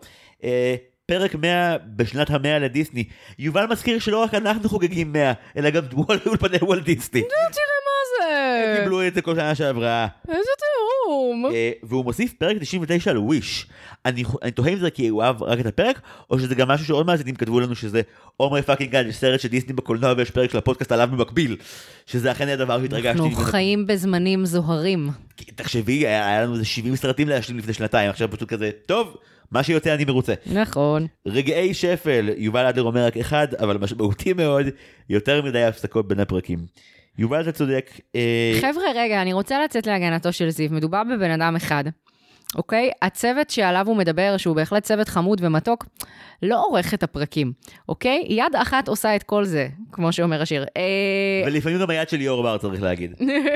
פרק 100 בשנת ה-100 לדיסני. יובל מזכיר שלא רק אנחנו חוגגים 100, אלא גם אולפני וולט דיסני. תראה מה זה. הם קיבלו את זה כל שנה שעברה. איזה תיאום. והוא מוסיף פרק 99 לוויש. אני תוהה אם זה כי הוא אהב רק את הפרק, או שזה גם משהו שעוד מאזינים כתבו לנו שזה אומרי פאקינג גאד, יש סרט של דיסני בקולנוע ויש פרק של הפודקאסט עליו במקביל. שזה אכן היה דבר שהתרגשתי. אנחנו חיים בזמנים זוהרים. תחשבי, היה לנו איזה 70 סרטים להשלים לפני שנתיים, עכשיו פשוט כזה, טוב, מה שיוצא אני מרוצה. נכון. רגעי שפל, יובל אדלר אומר רק אחד, אבל משמעותי מאוד, יותר מדי הפסקות בין הפרקים. יובל, אתה צודק. חבר'ה, רגע, אני רוצה לצאת להגנתו של זיו, מדובר בבן אדם אחד. אוקיי? הצוות שעליו הוא מדבר, שהוא בהחלט צוות חמוד ומתוק, לא עורך את הפרקים, אוקיי? יד אחת עושה את כל זה, כמו שאומר השיר. ולפעמים גם היד של ליאור בר צריך להגיד.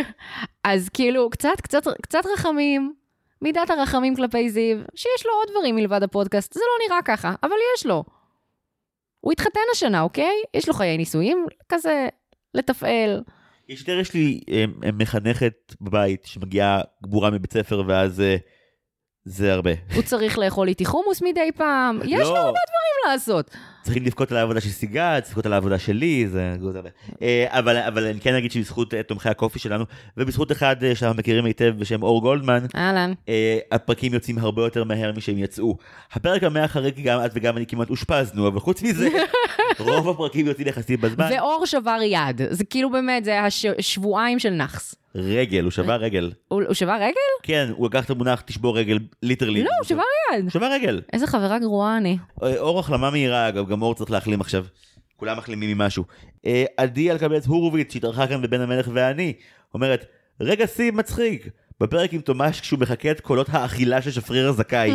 אז כאילו, קצת רחמים, מידת הרחמים כלפי זיו, שיש לו עוד דברים מלבד הפודקאסט, זה לא נראה ככה, אבל יש לו. הוא התחתן השנה, אוקיי? יש לו חיי נישואים, כזה, לתפעל. יש לי מחנכת בבית שמגיעה גבורה מבית ספר, ואז זה הרבה. הוא צריך לאכול איתי חומוס מדי פעם, יש לו הרבה דברים לעשות. צריכים לבכות על העבודה של סיגל, לבכות על העבודה שלי, זה הרבה. אבל אני כן אגיד שבזכות תומכי הקופי שלנו, ובזכות אחד שאנחנו מכירים היטב בשם אור גולדמן, הפרקים יוצאים הרבה יותר מהר משהם יצאו. הפרק 100 חריג גם את וגם אני כמעט אושפזנו, אבל חוץ מזה, רוב הפרקים יוצאים יחסית בזמן. ואור שבר יד, זה כאילו באמת, זה השבועיים של נחס. רגל, הוא שבר רגל. הוא שבר רגל? כן, הוא לקח את המונח תשבור רגל, ליטרלי. לא, הוא שבר יד. שבר רגל. איזה חברה גרועה אני. אור החלמה מהירה, גם אור צריך להחלים עכשיו. כולם מחלימים ממשהו. עדי אלקבץ הורוביץ, שהתארחה כאן בבן המלך ואני, אומרת, רגע שיא מצחיק, בפרק עם תומש כשהוא מחכה את קולות האכילה של שפריר הזכאי.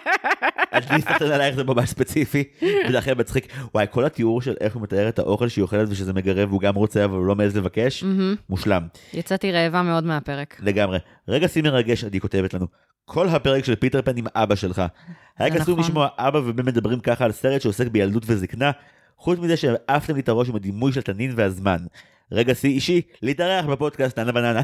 אז להסתכל עלייך זה ממש ספציפי, וזה הכי מצחיק. וואי, כל התיאור של איך הוא מתאר את האוכל שהיא אוכלת ושזה מגרב, והוא גם רוצה אבל הוא לא מעז לבקש, מושלם. יצאתי רעבה מאוד מהפרק. לגמרי. רגע שיא מרגש, עדי כותבת לנו, כל הפרק של פיטר פן עם אבא שלך. היה קסום לשמוע אבא ובן מדברים ככה על סרט שעוסק בילדות וזקנה, חוץ מזה שאפתם לי את הראש עם הדימוי של תנין והזמן. רגע שיא אישי, להתארח בפודקאסט ננה בננה.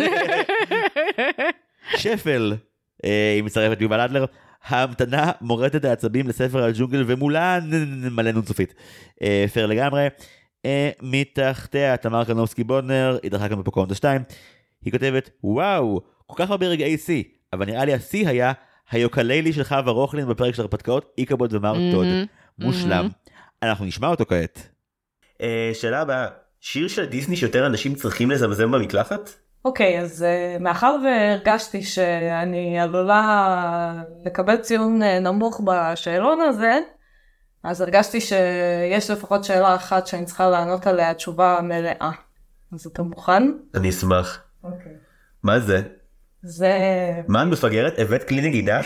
שפל, היא מצטרפת יובל אדלר, ההמתנה מורטת העצבים לספר על ג'ונגל ומולה מלא נונסופית. פייר לגמרי. מתחתיה תמר קנובסקי בונר, היא דרכה גם בפוקהונטס 2, היא כותבת, וואו, כל כך הרבה רגעי שיא, אבל נראה לי השיא היה היוקללי של חווה רוכלין בפרק של הרפתקאות, איקבוד ומר טוד. מושלם. אנחנו נשמע אותו כעת. שאלה הבאה, שיר של דיסני שיותר אנשים צריכים לזמזם במקלחת? אוקיי, אז מאחר והרגשתי שאני עלולה לקבל ציון נמוך בשאלון הזה, אז הרגשתי שיש לפחות שאלה אחת שאני צריכה לענות עליה תשובה מלאה. אז אתה מוכן? אני אשמח. אוקיי. מה זה? זה... מה את מפגרת? הבאת כלי נגידה?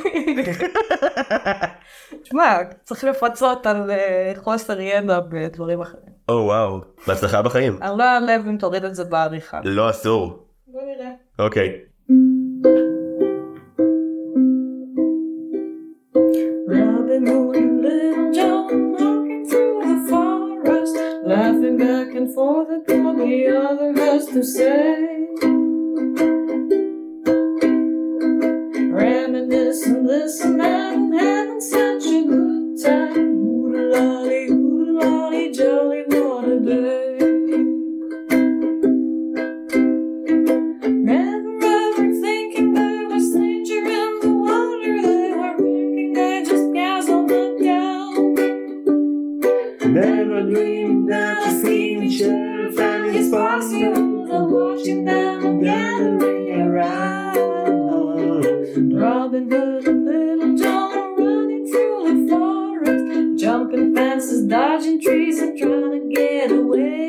תשמע, צריך לפצות על חוסר ידע בדברים אחרים. או וואו, בהצלחה בחיים. אני לא אעלב אם תוריד את זה בעריכה. לא אסור. בוא נראה. אוקיי. Robin Hood and Little John walking through the forest, laughing back and forth at what the other has to say. Reminiscing this and that and having such a good time. Oodalali, jolly what a day. Never ever thinking there was nature in the water they were making. I just guzzled them down. Never dreamed that the sea should find its possible. I'm watching them gathering around. Robin Hood and Little John running through the forest, jumping fences, dodging trees and trying to get away.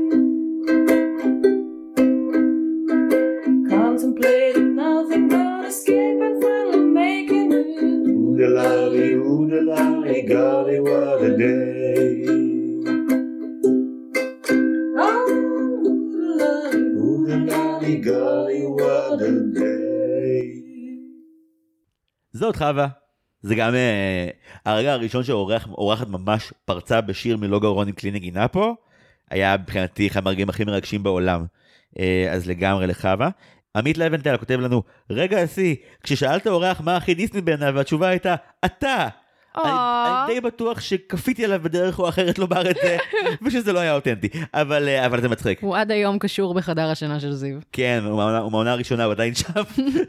Contemplating nothing but escaping, finally making it. Oodalali, golly, what a day. Oh, oodalali, golly, what a day. זאת חווה. זה גם הרגע הראשון שאורחת ממש פרצה בשיר מלוגה אורון עם כלי נגינה פה, היה מבחינתי אחד מהרגעים הכי מרגשים בעולם. אז לגמרי לחווה. עמית לבנטל כותב לנו, רגע השיא, כששאלת אורח מה הכי דיסני בעיניו, והתשובה הייתה, אתה! אני די בטוח שקפיתי עליו בדרך או אחרת לומר את זה, ושזה לא היה אותנטי, אבל זה מצחיק. הוא עד היום קשור בחדר השינה של זיו. כן, הוא מהעונה הראשונה, הוא עדיין שם.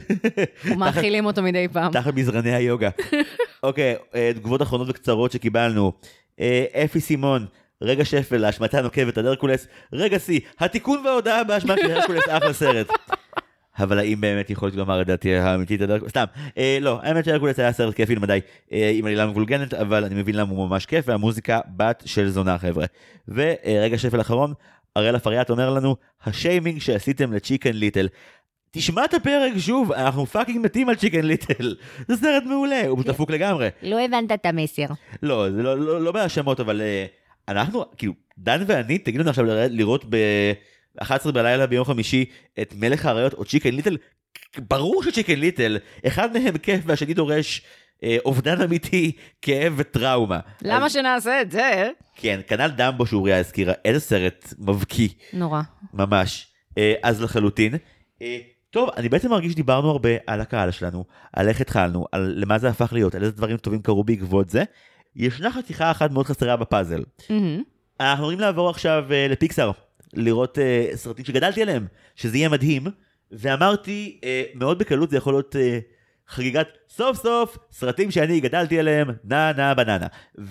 מאכילים אותו מדי פעם. תחת מזרני היוגה. אוקיי, תגובות אחרונות וקצרות שקיבלנו. אפי סימון, רגע שפל, להשמטה הנוקבת עד הרקולס, רגע שיא, התיקון וההודעה בהשמעת הרקולס, אחלה סרט. אבל האם באמת יכול להיות לומר את דעתי האמיתית? סתם, לא, האמת שהרקולס היה סרט כיפי למדי, עם עלילה מבולגנת, אבל אני מבין למה הוא ממש כיף, והמוזיקה בת של זונה חבר'ה. ורגע שפל אחרון, אראל אפריאט אומר לנו, השיימינג שעשיתם לצ'יקן ליטל, תשמע את הפרק שוב, אנחנו פאקינג מתים על צ'יקן ליטל, זה סרט מעולה, הוא דפוק לגמרי. לא הבנת את המסר. לא, זה לא בהאשמות, אבל אנחנו, כאילו, דן ואני, תגידו לנו עכשיו לראות ב-11 בלילה ביום חמישי את מלך האריות או צ'יקן ליטל, ברור שצ'יקן ליטל, אחד מהם כיף והשני דורש אובדן אמיתי, כאב וטראומה. למה שנעשה את זה? כן, כנ"ל דמבו שאוריה הזכירה, איזה סרט מבקי. נורא. ממש. אז לחלוטין. טוב, אני בעצם מרגיש שדיברנו הרבה על הקהל שלנו, על איך התחלנו, על למה זה הפך להיות, על איזה דברים טובים קרו בעקבות זה. ישנה חתיכה אחת מאוד חסרה בפאזל. אנחנו הולכים לעבור עכשיו לפיקסאר, לראות סרטים שגדלתי עליהם, שזה יהיה מדהים, ואמרתי, מאוד בקלות זה יכול להיות חגיגת סוף סוף, סרטים שאני גדלתי עליהם, נה בננה.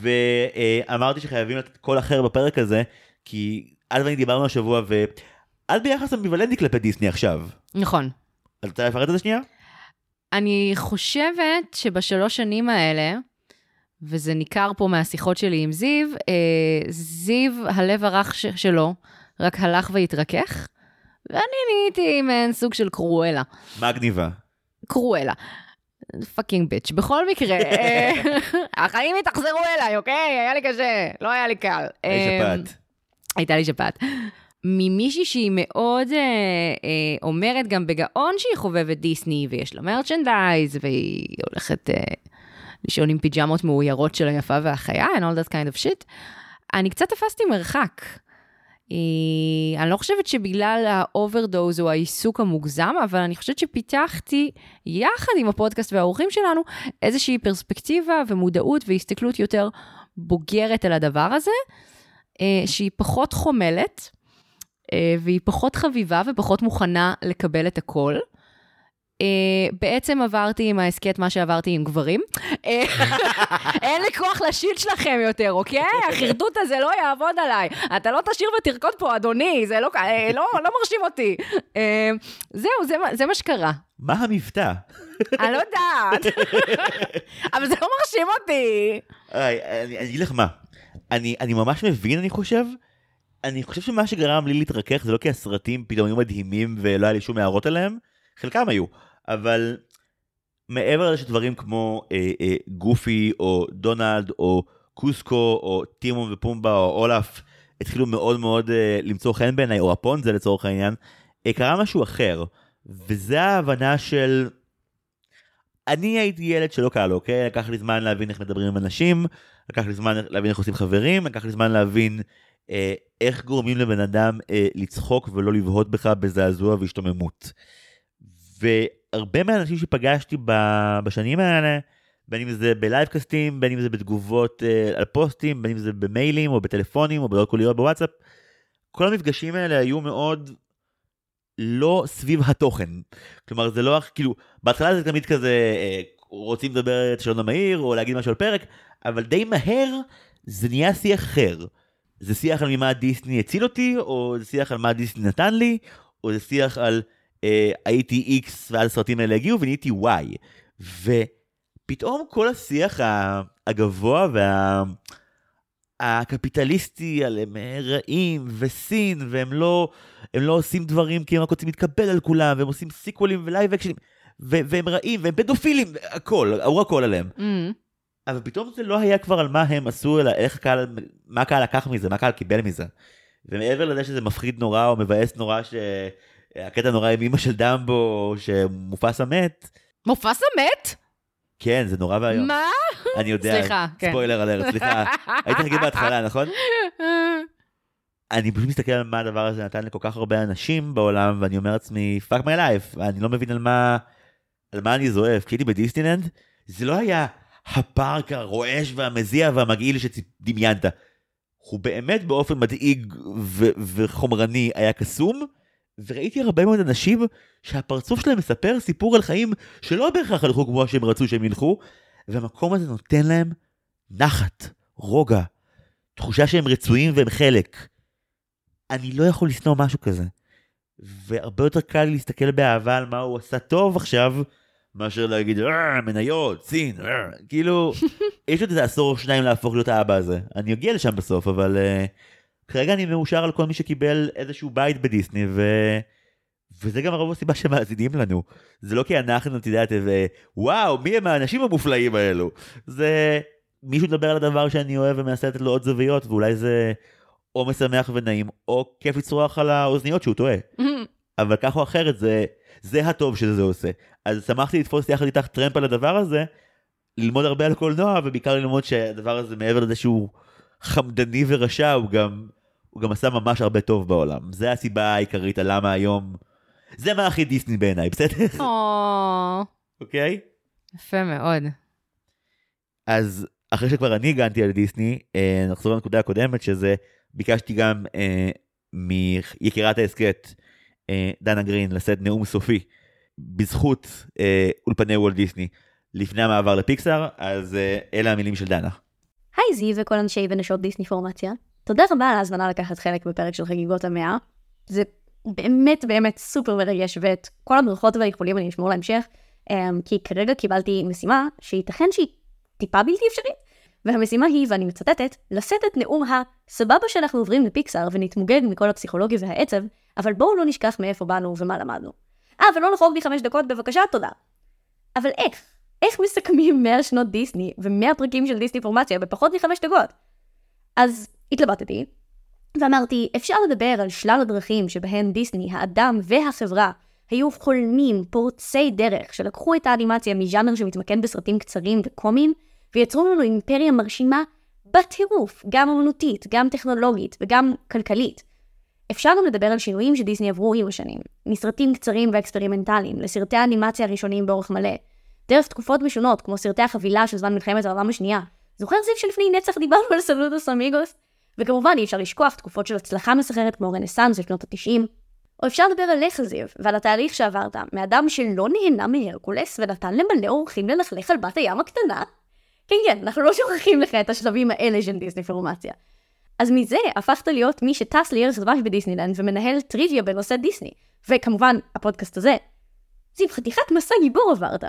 ואמרתי שחייבים לתת קול אחר בפרק הזה, כי עד ואני דיברנו השבוע, ועד ביחס אמביוולנטי כלפי דיסני עכשיו. נכון. אז אתה לפרט את זה שנייה? אני חושבת שבשלוש שנים האלה, וזה ניכר פה מהשיחות שלי עם זיו, זיו, הלב הרך שלו, רק הלך והתרכך, ואני נהייתי מעין סוג של קרואלה. מגניבה. קרואלה. פאקינג ביץ'. בכל מקרה, החיים התאכזרו אליי, אוקיי? היה לי קשה, לא היה לי קל. הייתה לי שפעת. הייתה לי שפעת. ממישהי שהיא מאוד אומרת גם בגאון שהיא חובבת דיסני, ויש לה מרצ'נדייז, והיא הולכת לישון עם פיג'מות מאוירות של היפה והחיה, and all that kind of shit, אני קצת תפסתי מרחק. אני לא חושבת שבגלל האוברדוז או העיסוק המוגזם, אבל אני חושבת שפיתחתי יחד עם הפודקאסט והאורחים שלנו איזושהי פרספקטיבה ומודעות והסתכלות יותר בוגרת על הדבר הזה, שהיא פחות חומלת, והיא פחות חביבה ופחות מוכנה לקבל את הכל. בעצם עברתי עם העסקת מה שעברתי עם גברים. אין לי כוח לשיט שלכם יותר, אוקיי? החרדות הזה לא יעבוד עליי. אתה לא תשאיר ותרקוד פה, אדוני, זה לא מרשים אותי. זהו, זה מה שקרה. מה המבטא? אני לא יודעת. אבל זה לא מרשים אותי. אני אגיד לך מה. אני ממש מבין, אני חושב שמה שגרם לי להתרכך זה לא כי הסרטים פתאום היו מדהימים ולא היה לי שום הערות עליהם, חלקם היו, אבל מעבר לזה שדברים כמו גופי או דונלד או קוסקו או טימון ופומבה או אולף התחילו מאוד מאוד למצוא חן בעיניי, או הפונזה לצורך העניין, קרה משהו אחר, וזה ההבנה של אני הייתי ילד שלא קל, אוקיי? לקח לי זמן להבין איך מדברים עם אנשים, לקח לי זמן להבין איך עושים חברים, לקח לי זמן להבין איך גורמים לבן אדם לצחוק ולא לבהות בך בזעזוע והשתוממות. והרבה מהאנשים שפגשתי בשנים האלה, בין אם זה בלייבקאסטים, בין אם זה בתגובות על פוסטים, בין אם זה במיילים או בטלפונים או בדעות קוליות בוואטסאפ, כל המפגשים האלה היו מאוד לא סביב התוכן. כלומר, זה לא, כאילו, בהתחלה זה תמיד כזה, רוצים לדבר את השעון המהיר או להגיד משהו על פרק, אבל די מהר זה נהיה שיח אחר. זה שיח על ממה דיסני הציל אותי, או זה שיח על מה דיסני נתן לי, או זה שיח על הייתי X ואז הסרטים האלה הגיעו ונהייתי Y. ופתאום כל השיח הגבוה והקפיטליסטי על הם רעים וסין, והם לא עושים דברים כי הם רק רוצים להתקבל על כולם, והם עושים סיקוולים ולייב אקשנים, והם רעים והם פדופילים, אמרו הכל עליהם. אבל פתאום זה לא היה כבר על מה הם עשו, אלא מה הקהל לקח מזה, מה הקהל קיבל מזה. ומעבר לזה שזה מפחיד נורא או מבאס נורא, שהקטע נורא עם אמא של דמבו, שמופסה מת. מופסה מת? כן, זה נורא והיום. מה? אני יודע, סליחה, כן. ספוילר אלר, סליחה. הייתי נגיד בהתחלה, נכון? אני פשוט מסתכל על מה הדבר הזה נתן לכל כך הרבה אנשים בעולם, ואני אומר לעצמי, fuck my life, אני לא מבין על מה אני זועף. כשהייתי בדיסנילנד, זה לא היה הפארק הרועש והמזיע והמגעיל שדמיינת. הוא באמת באופן מדאיג וחומרני היה קסום, וראיתי הרבה מאוד אנשים שהפרצוף שלהם מספר סיפור על חיים שלא בהכרח הלכו כמו שהם רצו שהם ילכו, והמקום הזה נותן להם נחת, רוגע, תחושה שהם רצויים והם חלק. אני לא יכול לשנוא משהו כזה. והרבה יותר קל לי להסתכל באהבה על מה הוא עשה טוב עכשיו, מאשר להגיד, מניות, סין, כאילו, יש עוד איזה עשור או שניים להפוך להיות האבא הזה. אני אגיע לשם בסוף, אבל כרגע אני מאושר על כל מי שקיבל איזשהו בית בדיסני, וזה גם הרוב הסיבה שמאזינים לנו. זה לא כי אנחנו, אתה יודעת, וואו, מי הם האנשים המופלאים האלו? זה מישהו מדבר על הדבר שאני אוהב ומנסה לתת לו עוד זוויות, ואולי זה או משמח ונעים, או כיף לצרוח על האוזניות שהוא טועה. אבל כך או אחרת, זה הטוב שזה עושה. אז שמחתי לתפוס יחד איתך טרמפ על הדבר הזה, ללמוד הרבה על קולנוע, ובעיקר ללמוד שהדבר הזה מעבר לזה שהוא חמדני ורשע, הוא גם עשה ממש הרבה טוב בעולם. זה הסיבה העיקרית על למה היום, זה מה הכי דיסני בעיניי, בסדר? אוקיי? יפה מאוד. אז אחרי שכבר אני הגנתי על דיסני, נחזור לנקודה הקודמת, שזה ביקשתי גם מיקירת ההסקט, דנה גרין, לשאת נאום סופי, בזכות אולפני וולט דיסני, לפני המעבר לפיקסאר, אז אלה המילים של דנה. היי זי וכל אנשי ונשות דיסני פורמציה. תודה רבה על ההזמנה לקחת חלק בפרק של חגיגות 100. זה באמת באמת סופר מרגש, ואת כל הברכות והאיחולים אני אשמור להמשך, כי כרגע קיבלתי משימה שייתכן שהיא טיפה בלתי אפשרית, והמשימה היא, ואני מצטטת, לשאת את נאום הסבבה שאנחנו עוברים לפיקסאר ונתמוגג מכל הפסיכולוגיה והעצב, אבל בואו לא נשכח מאיפה באנו ומה למדנו. ולא לחרוג לי 5 דקות, בבקשה, תודה. אבל איך מסכמים 100 שנות דיסני ו100 פרקים של דיסני פורמציה בפחות מ5 דקות? אז התלבטתי, ואמרתי, אפשר לדבר על שלל הדרכים שבהן דיסני, האדם והחברה, היו חולמים פורצי דרך שלקחו את האנימציה מז'אנר שמתמקד בסרטים קצרים וקומיים, ויצרו לנו אימפריה מרשימה בטירוף, גם אמנותית, גם טכנולוגית וגם כלכלית. אפשר גם לדבר על שינויים שדיסני עברו עם השנים, מסרטים קצרים ואקספרימנטליים, לסרטי האנימציה הראשונים באורך מלא, דרך תקופות משונות, כמו סרטי החבילה של זמן מלחמת העולם השנייה. זוכר זיו שלפני נצח דיברנו על סלודוס אמיגוס? וכמובן אי אפשר לשכוח תקופות של הצלחה מסחררת כמו רנסאנס של שנות ה-90. או אפשר לדבר עליך זיו, ועל התהליך שעברת, מאדם שלא נהנה מהרקולס ונתן למלא אורחים ללכלך על בת הים הקטנה. כן, אנחנו לא שוכחים לך את השלבים האלה של דיסני פורמציה. אז מזה הפכת להיות מי שטס לירח דבש בדיסנילנד ומנהל טריוויה בנושא דיסני. וכמובן, הפודקאסט הזה. זיו, חתיכת מסע גיבור עברת.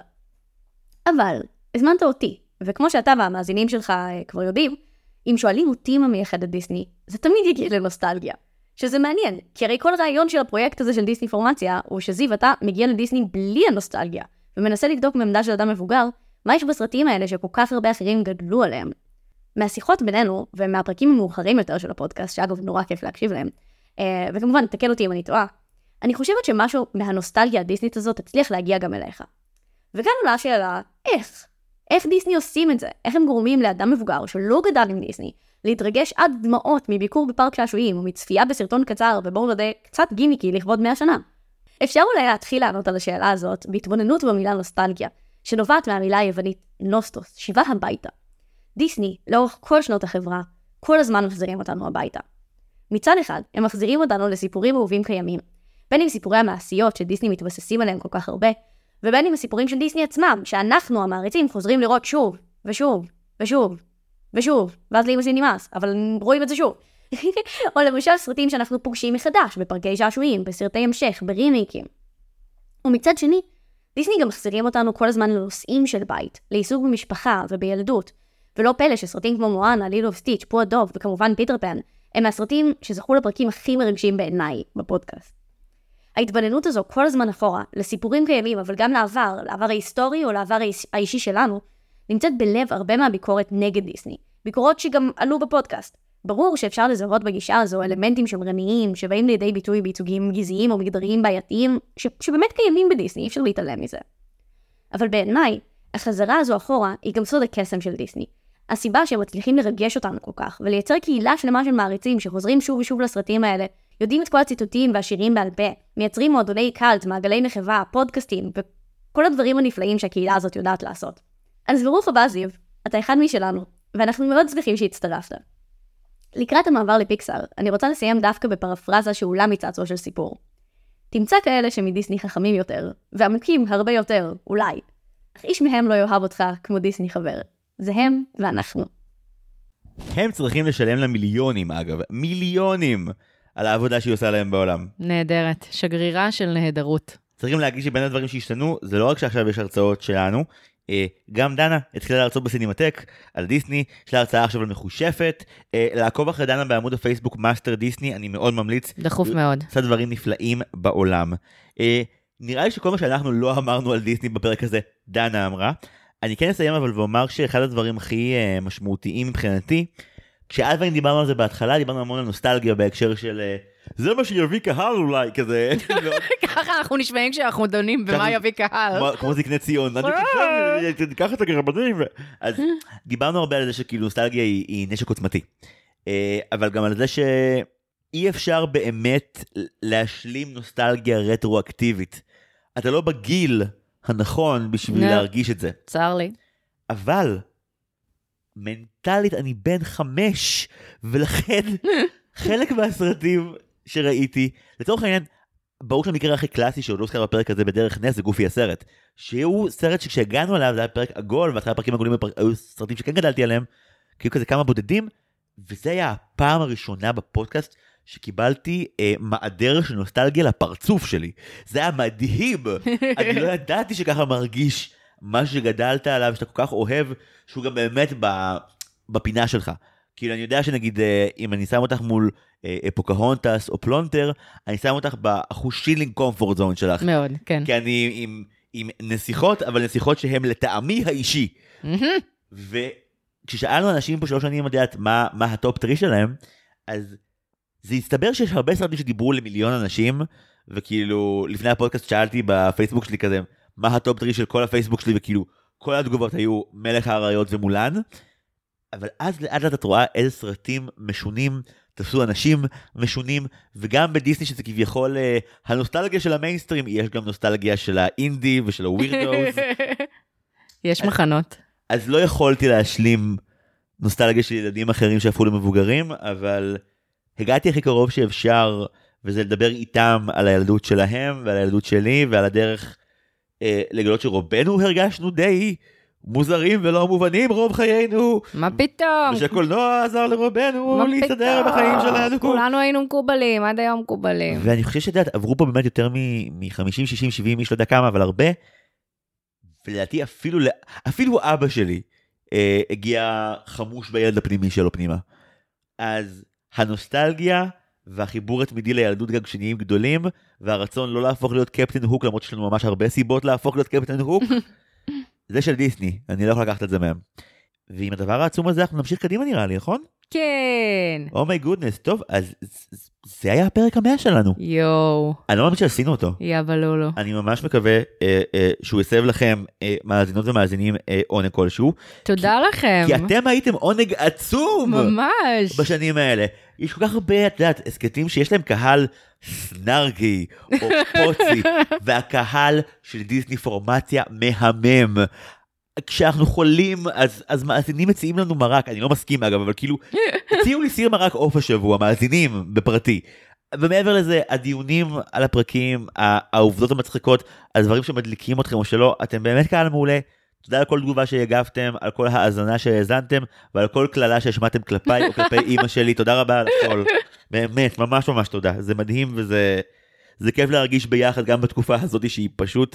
אבל, הזמנת אותי, וכמו שאתה והמאזינים שלך כבר יודעים, אם שואלים אותי מה מייחד את דיסני, זה תמיד יגיע לנוסטלגיה. שזה מעניין, כי הרי כל רעיון של הפרויקט הזה של דיסני פורמציה, הוא שזיו אתה מגיע לדיסני בלי הנוסטלגיה, ומנסה לבדוק מעמדה של אדם מבוגר, מה יש בסרטים האלה שכל כך הרבה אחרים גדלו עליהם. מהשיחות בינינו, ומהפרקים המאוחרים יותר של הפודקאסט, שאגב נורא כיף להקשיב להם, וכמובן, תקן אותי אם אני טועה, אני חושבת שמשהו מהנוסטלגיה הדיסנית הזאת תצליח להגיע גם אליך. וכאן עולה השאלה, איך דיסני עושים את זה? איך הם גורמים לאדם מבוגר שלא גדל עם דיסני, להתרגש עד דמעות מביקור בפארק שעשועים, או מצפייה בסרטון קצר, ובואו נודה קצת גימיקי לכבוד 100 שנה. אפשר אולי להתחיל לענות על השאלה הזאת, בהתבוננות במילה נוסטלגיה, שנובעת מהמילה היוונית נוסטוס, שיבה הביתה. דיסני, לאורך כל שנות החברה, כל הזמן מחזירים אותנו הביתה. מצד אחד, הם מחזירים אותנו לסיפורים אהובים קיימים, בין עם סיפורי המעשיות שדיסני מתבססים עליהם כל כך הרבה, ובין עם הסיפורים של דיסני עצמם, שאנחנו המעריצים חוזרים לראות שוב, ושוב, ושוב, ושוב, ואז לאמא שלי נמאס, אבל רואים את זה שוב. או למשל סרטים שאנחנו פוגשים מחדש, בפרקי שעשועים, בסרטי המשך, ברימייקים. ומצד שני, דיסני גם מחזירים אותנו כל הזמן לנושאים של בית, לעיסוק במשפחה ובילדות, ולא פלא שסרטים כמו מואנה, לילו וסטיץ', פו הדוב וכמובן פיטר פן, הם מהסרטים שזכו לפרקים הכי מרגשים בעיניי בפודקאסט. ההתבוננות הזו כל הזמן אחורה, לסיפורים קיימים, אבל גם לעבר ההיסטורי או לעבר האישי שלנו, נמצאת בלב הרבה מהביקורת נגד דיסני. ביקורות שגם עלו בפודקאסט. ברור שאפשר לזהות בגישה הזו אלמנטים שמרניים, שבאים לידי ביטוי בייצוגים גזעיים או מגדריים בעייתיים, שבאמת קיימים בדיסני, אי אפשר להתעלם מזה. אבל בעיניי, החזרה הזו אחורה היא גם סוד הקסם של דיסני. הסיבה שהם מצליחים לרגש אותנו כל כך, ולייצר קהילה שלמה של מעריצים שחוזרים שוב ושוב לסרטים האלה, יודעים את כל הציטוטים והשירים בעל פה, מייצרים מועדוני קלט, מעגלי מחווה, פודקאסטים, וכל הדברים הנפלאים שהקהילה הזאת יודעת לעשות. אז ברוך הבא זיו, אתה אחד משלנו, ואנחנו מאוד שמחים שהצטרפת. לקראת המעבר לפיקסאר, אני רוצה לסיים דווקא בפרפרזה שאולה מצעצוע של סיפור. תמצא כאלה שמדיסני חכמים יותר, ועמקים הרבה יותר, אולי. אך איש מהם לא יאהב אותך כמו דיסני חבר. זה הם ואנחנו. הם צריכים לשלם לה מיליונים, אגב. מיליונים על העבודה שהיא עושה להם בעולם. נהדרת. שגרירה של נהדרות. צריכים להגיד שבין הדברים שהשתנו, זה לא רק שעכשיו יש הרצאות שלנו, גם דנה התחילה להרצות בסינמטק על דיסני, יש לה הרצאה עכשיו על מחושפת, לעקוב אחרי דנה בעמוד הפייסבוק מאסטר דיסני, אני מאוד ממליץ. דחוף מאוד. עושה דברים נפלאים בעולם. נראה לי שכל מה שאנחנו לא אמרנו על דיסני בפרק הזה, דנה אמרה. אני כן אסיים אבל ואומר שאחד הדברים הכי משמעותיים מבחינתי, כשעד ואני דיברנו על זה בהתחלה, דיברנו המון על נוסטלגיה בהקשר של זה מה שיביא קהל אולי, כזה. ככה אנחנו נשמעים כשאנחנו דונים במה יביא קהל. כמו זקני ציון. תיקח את הגרבנים. אז דיברנו הרבה על זה שכאילו נוסטלגיה היא נשק עוצמתי. אבל גם על זה שאי אפשר באמת להשלים נוסטלגיה רטרואקטיבית. אתה לא בגיל הנכון בשביל להרגיש את זה. צר לי. אבל מנטלית אני בן 5, ולכן חלק מהסרטים שראיתי, לצורך העניין, ברור שהמקרה הכי קלאסי שעוד לא הוזכר בפרק הזה בדרך נס, זה גופי הסרט, שהוא סרט שכשהגענו עליו, זה היה פרק עגול, ואחרי הפרקים עגולים היו סרטים שכן גדלתי עליהם, כאילו כזה כמה בודדים, וזה היה הפעם הראשונה בפודקאסט שקיבלתי מעדר של נוסטלגיה לפרצוף שלי. זה היה מדהים. אני לא ידעתי שככה מרגיש מה שגדלת עליו, שאתה כל כך אוהב, שהוא גם באמת בפינה שלך. כאילו אני יודע שנגיד, אם אני שם אותך מול פוקהונטס או פלונטר, אני שם אותך באחוז שילינג קומפורט זון שלך. מאוד, כן. כי אני עם נסיכות, אבל נסיכות שהן לטעמי האישי. וכששאלנו אנשים פה 3 שנים, יודעת מה הטופ 3 שלהם, אז זה הסתבר שיש הרבה סרטים שדיברו למיליון אנשים, וכאילו, לפני הפודקאסט שאלתי בפייסבוק שלי כזה, מה הטופ 3 של כל הפייסבוק שלי, וכאילו, כל התגובות היו מלך האריות ומולן, אבל אז לאט לאט את רואה איזה סרטים משונים, תפסו אנשים משונים, וגם בדיסני שזה כביכול הנוסטלגיה של המיינסטרים, יש גם נוסטלגיה של האינדי ושל הווירדוס. יש מחנות. אז לא יכולתי להשלים נוסטלגיה של ילדים אחרים שהפכו למבוגרים, אבל הגעתי הכי קרוב שאפשר, וזה לדבר איתם על הילדות שלהם, ועל הילדות שלי, ועל הדרך לגלות שרובנו הרגשנו די מוזרים ולא מובנים רוב חיינו. מה פתאום? ושקולנוע עזר לרובנו להסתדר בחיים שלנו. כולנו היינו מקובלים, עד היום מקובלים. ואני חושב שדעת, עברו פה באמת יותר מ-50, 60, 70 איש, לא יודע כמה, אבל הרבה. ולדעתי אפילו אבא שלי הגיע חמוש בילד הפנימי שלו פנימה. אז הנוסטלגיה והחיבור התמידי לילדות גם כשנהיים גדולים, והרצון לא להפוך להיות קפטן הוק, למרות שיש לנו ממש הרבה סיבות להפוך להיות קפטן הוק, זה של דיסני, אני לא יכול לקחת את זה מהם. ועם הדבר העצום הזה אנחנו נמשיך קדימה נראה לי, נכון? כן. אומי גודנס, טוב, אז זה היה הפרק 100 שלנו. יואו. אני לא מאמין שעשינו אותו. יאבא לא. אני ממש מקווה שהוא יסב לכם מאזינות ומאזינים עונג כלשהו. תודה לכם. כי אתם הייתם עונג עצום. ממש. בשנים האלה. יש כל כך הרבה, את יודעת, הסקטים שיש להם קהל סנרגי או פוצי, והקהל של דיסני פורמציה מהמם. כשאנחנו חולים, אז מאזינים מציעים לנו מרק, אני לא מסכים אגב, אבל כאילו, הציעו לי סיר מרק עוף השבוע, מאזינים בפרטי. ומעבר לזה, הדיונים על הפרקים, העובדות המצחיקות, הדברים שמדליקים אתכם או שלא, אתם באמת קהל מעולה. תודה על כל תגובה שהגבתם, על כל האזנה שהאזנתם, ועל כל כללה שהשמעתם כלפיי או כלפי אמא שלי. תודה רבה על הכל. באמת, ממש ממש תודה. זה מדהים וזה כיף להרגיש ביחד גם בתקופה הזאת שהיא פשוט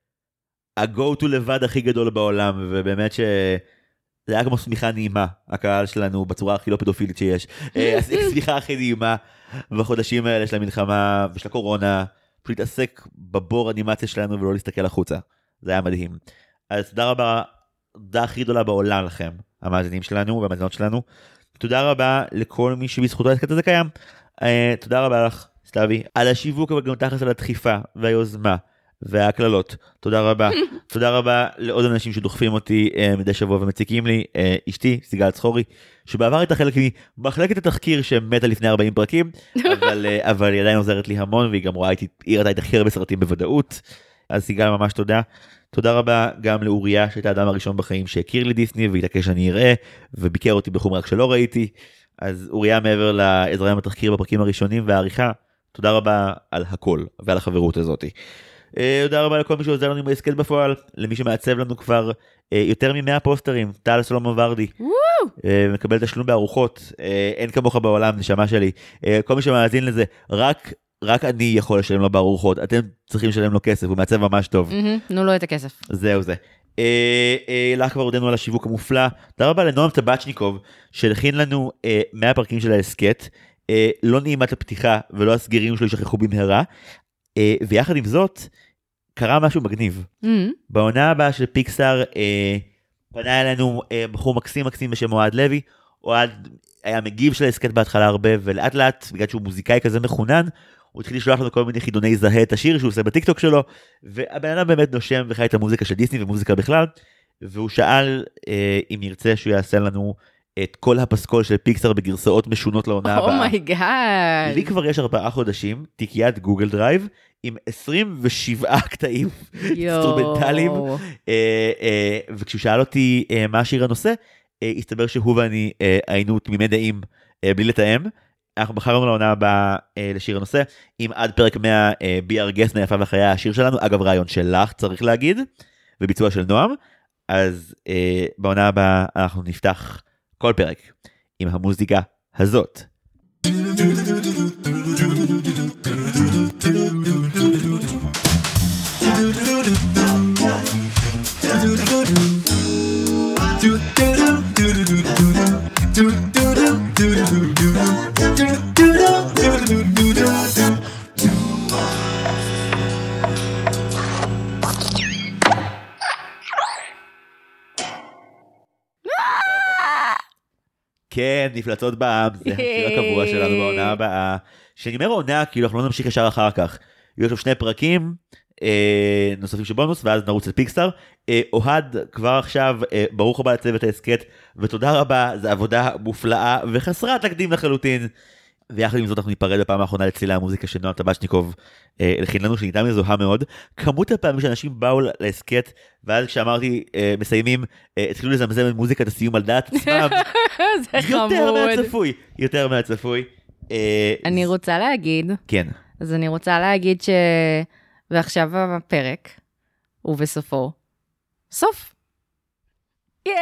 ה-go to לבד הכי גדול בעולם, ובאמת שזה היה כמו סמיכה נעימה, הקהל שלנו בצורה הכי לא פדופילית שיש. הסמיכה הכי נעימה בחודשים האלה של המלחמה ושל הקורונה, פשוט להתעסק בבור אנימציה שלנו ולא להסתכל החוצה. זה היה מדהים. אז תודה רבה, תודה הכי גדולה בעולם לכם, המאזינים שלנו והמאזינות שלנו. תודה רבה לכל מי שבזכותו ההסכת הזה קיים. תודה רבה לך, סתיוי, על השיווק, אבל גם תכלס על הדחיפה והיוזמה וההקללות. תודה רבה. תודה רבה לעוד אנשים שדוחפים אותי מדי שבוע ומציקים לי. אשתי, סיגל צחורי, שבעבר הייתה חלק ממחלקת התחקיר שמתה לפני 40 פרקים, אבל היא עדיין עוזרת לי המון, והיא גם רואה איתי, היא ראתה את הכי הרבה סרטים בוודאות. אז סיגל, ממש תודה. תודה רבה גם לאוריה, שהייתה האדם הראשון בחיים שהכיר לי דיסני, והתעקש שאני אראה, וביקר אותי בחומר רק שלא ראיתי. אז אוריה, מעבר לעזרה בתחקיר בפרקים הראשונים והעריכה, תודה רבה על הכל ועל החברות הזאת. תודה רבה לכל מי שעוזר לנו עם ההסקט בפועל, למי שמעצב לנו כבר יותר מ100 פוסטרים, טל סלומון ורדי, מקבל תשלום בארוחות, אין כמוך בעולם, נשמה שלי. כל מי שמאזין לזה, רק אני יכול לשלם לו בארוחות, אתם צריכים לשלם לו כסף, הוא מעצב ממש טוב. תנו לו את הכסף. זהו זה. לך כבר הודענו על השיווק המופלא. תודה רבה לנועם טבצ'ניקוב, שהלחין לנו 100 פרקים של ההסקט, לא נעימת הפתיחה ולא הסגירים שלו ישכחו במהרה, ויחד עם זאת, קרה משהו מגניב. בעונה הבאה של פיקסאר, פנה אלינו בחור מקסים בשם אוהד לוי. אוהד היה מגיב של ההסקט בהתחלה הרבה, ולאט לאט, בגלל שהוא מוזיקאי כזה מחונן, הוא התחיל לשלוח לנו כל מיני חידוני זהה את השיר שהוא עושה בטיקטוק שלו, והבן אדם באמת נושם וחי את המוזיקה של דיסני ומוזיקה בכלל, והוא שאל אם נרצה שהוא יעשה לנו את כל הפסקול של פיקסאר בגרסאות משונות לעונה הבאה. אומייגאד. לי כבר יש 4 חודשים, תיקיית גוגל דרייב, עם 27 קטעים אינסטרומנטליים, וכשהוא שאל אותי מה השיר הנושא, הסתבר שהוא ואני היינו תמימי דעים בלי לתאם. אנחנו בחרנו לעונה הבאה לשיר הנושא, עם עד פרק 100 בי ארגס מהיפה והחיה, השיר שלנו, אגב רעיון שלך צריך להגיד, וביצוע של נועם. אז בעונה הבאה אנחנו נפתח כל פרק עם המוזיקה הזאת. כן, מפלצות בעם, זה השיר הקבוע שלנו בעונה הבאה. שאני אומר עונה, כאילו אנחנו לא נמשיך ישר אחר כך. יהיו שם 2 פרקים נוספים של בונוס, ואז נרוץ לפיקסטאר. אוהד, כבר עכשיו, ברוך הבא לצוות ההסקט, ותודה רבה, זו עבודה מופלאה וחסרת תקדים לחלוטין. ויחד עם זאת אנחנו ניפרד בפעם האחרונה לצלילי המוזיקה של נועם טבשניקוב, לכין לנו שניתה מזוהה מאוד. כמות הפעמים שאנשים באו להסקט, ואז כשאמרתי מסיימים, התחילו לזמזם את מוזיקת הסיום על דעת עצמם. זה חמוד. יותר מהצפוי. אני רוצה להגיד, כן. אז אני רוצה להגיד ועכשיו הפרק, ובסופו, סוף. ייי!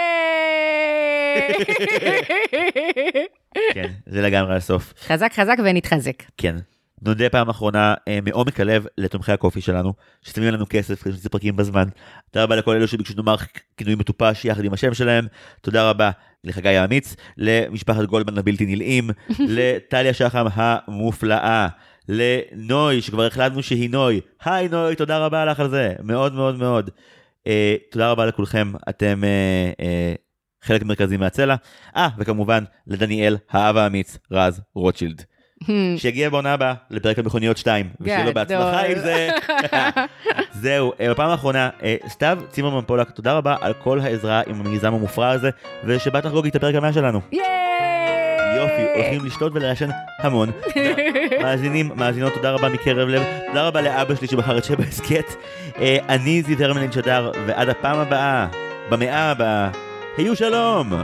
כן, זה לגמרי הסוף. חזק חזק ונתחזק. כן. נודה פעם אחרונה מעומק הלב לתומכי הקופי שלנו, ששמים לנו כסף כדי שנצא פרקים בזמן. תודה רבה לכל אלו שביקשו נאמר כינוי מטופש יחד עם השם שלהם. תודה רבה לחגי האמיץ, למשפחת גולדמן הבלתי נלאים, לטליה שחם המופלאה, לנוי שכבר החלטנו שהיא נוי. היי נוי, תודה רבה לך על זה, מאוד מאוד מאוד. תודה רבה לכולכם, אתם חלק מרכזי מהצלע. וכמובן לדניאל האב האמיץ, רז רוטשילד. שיגיע בעונה הבאה לפרק המכוניות 2, ושיהיה לו בהצלחה עם זה. זהו, בפעם האחרונה, סתיו צימרמן פולק, תודה רבה על כל העזרה עם המיזם המופרע הזה, ושבאת לחגוג את הפרק ה100 שלנו. יופי, הולכים לשתות ולעשן המון. מאזינות, תודה רבה מקרב לב, תודה רבה לאבא שלי שבחר את שבע הסקט. אני זיו הרמלין שדר, ועד הפעם הבאה, במאה הבאה, היו שלום!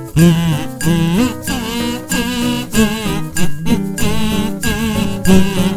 Mm-hmm.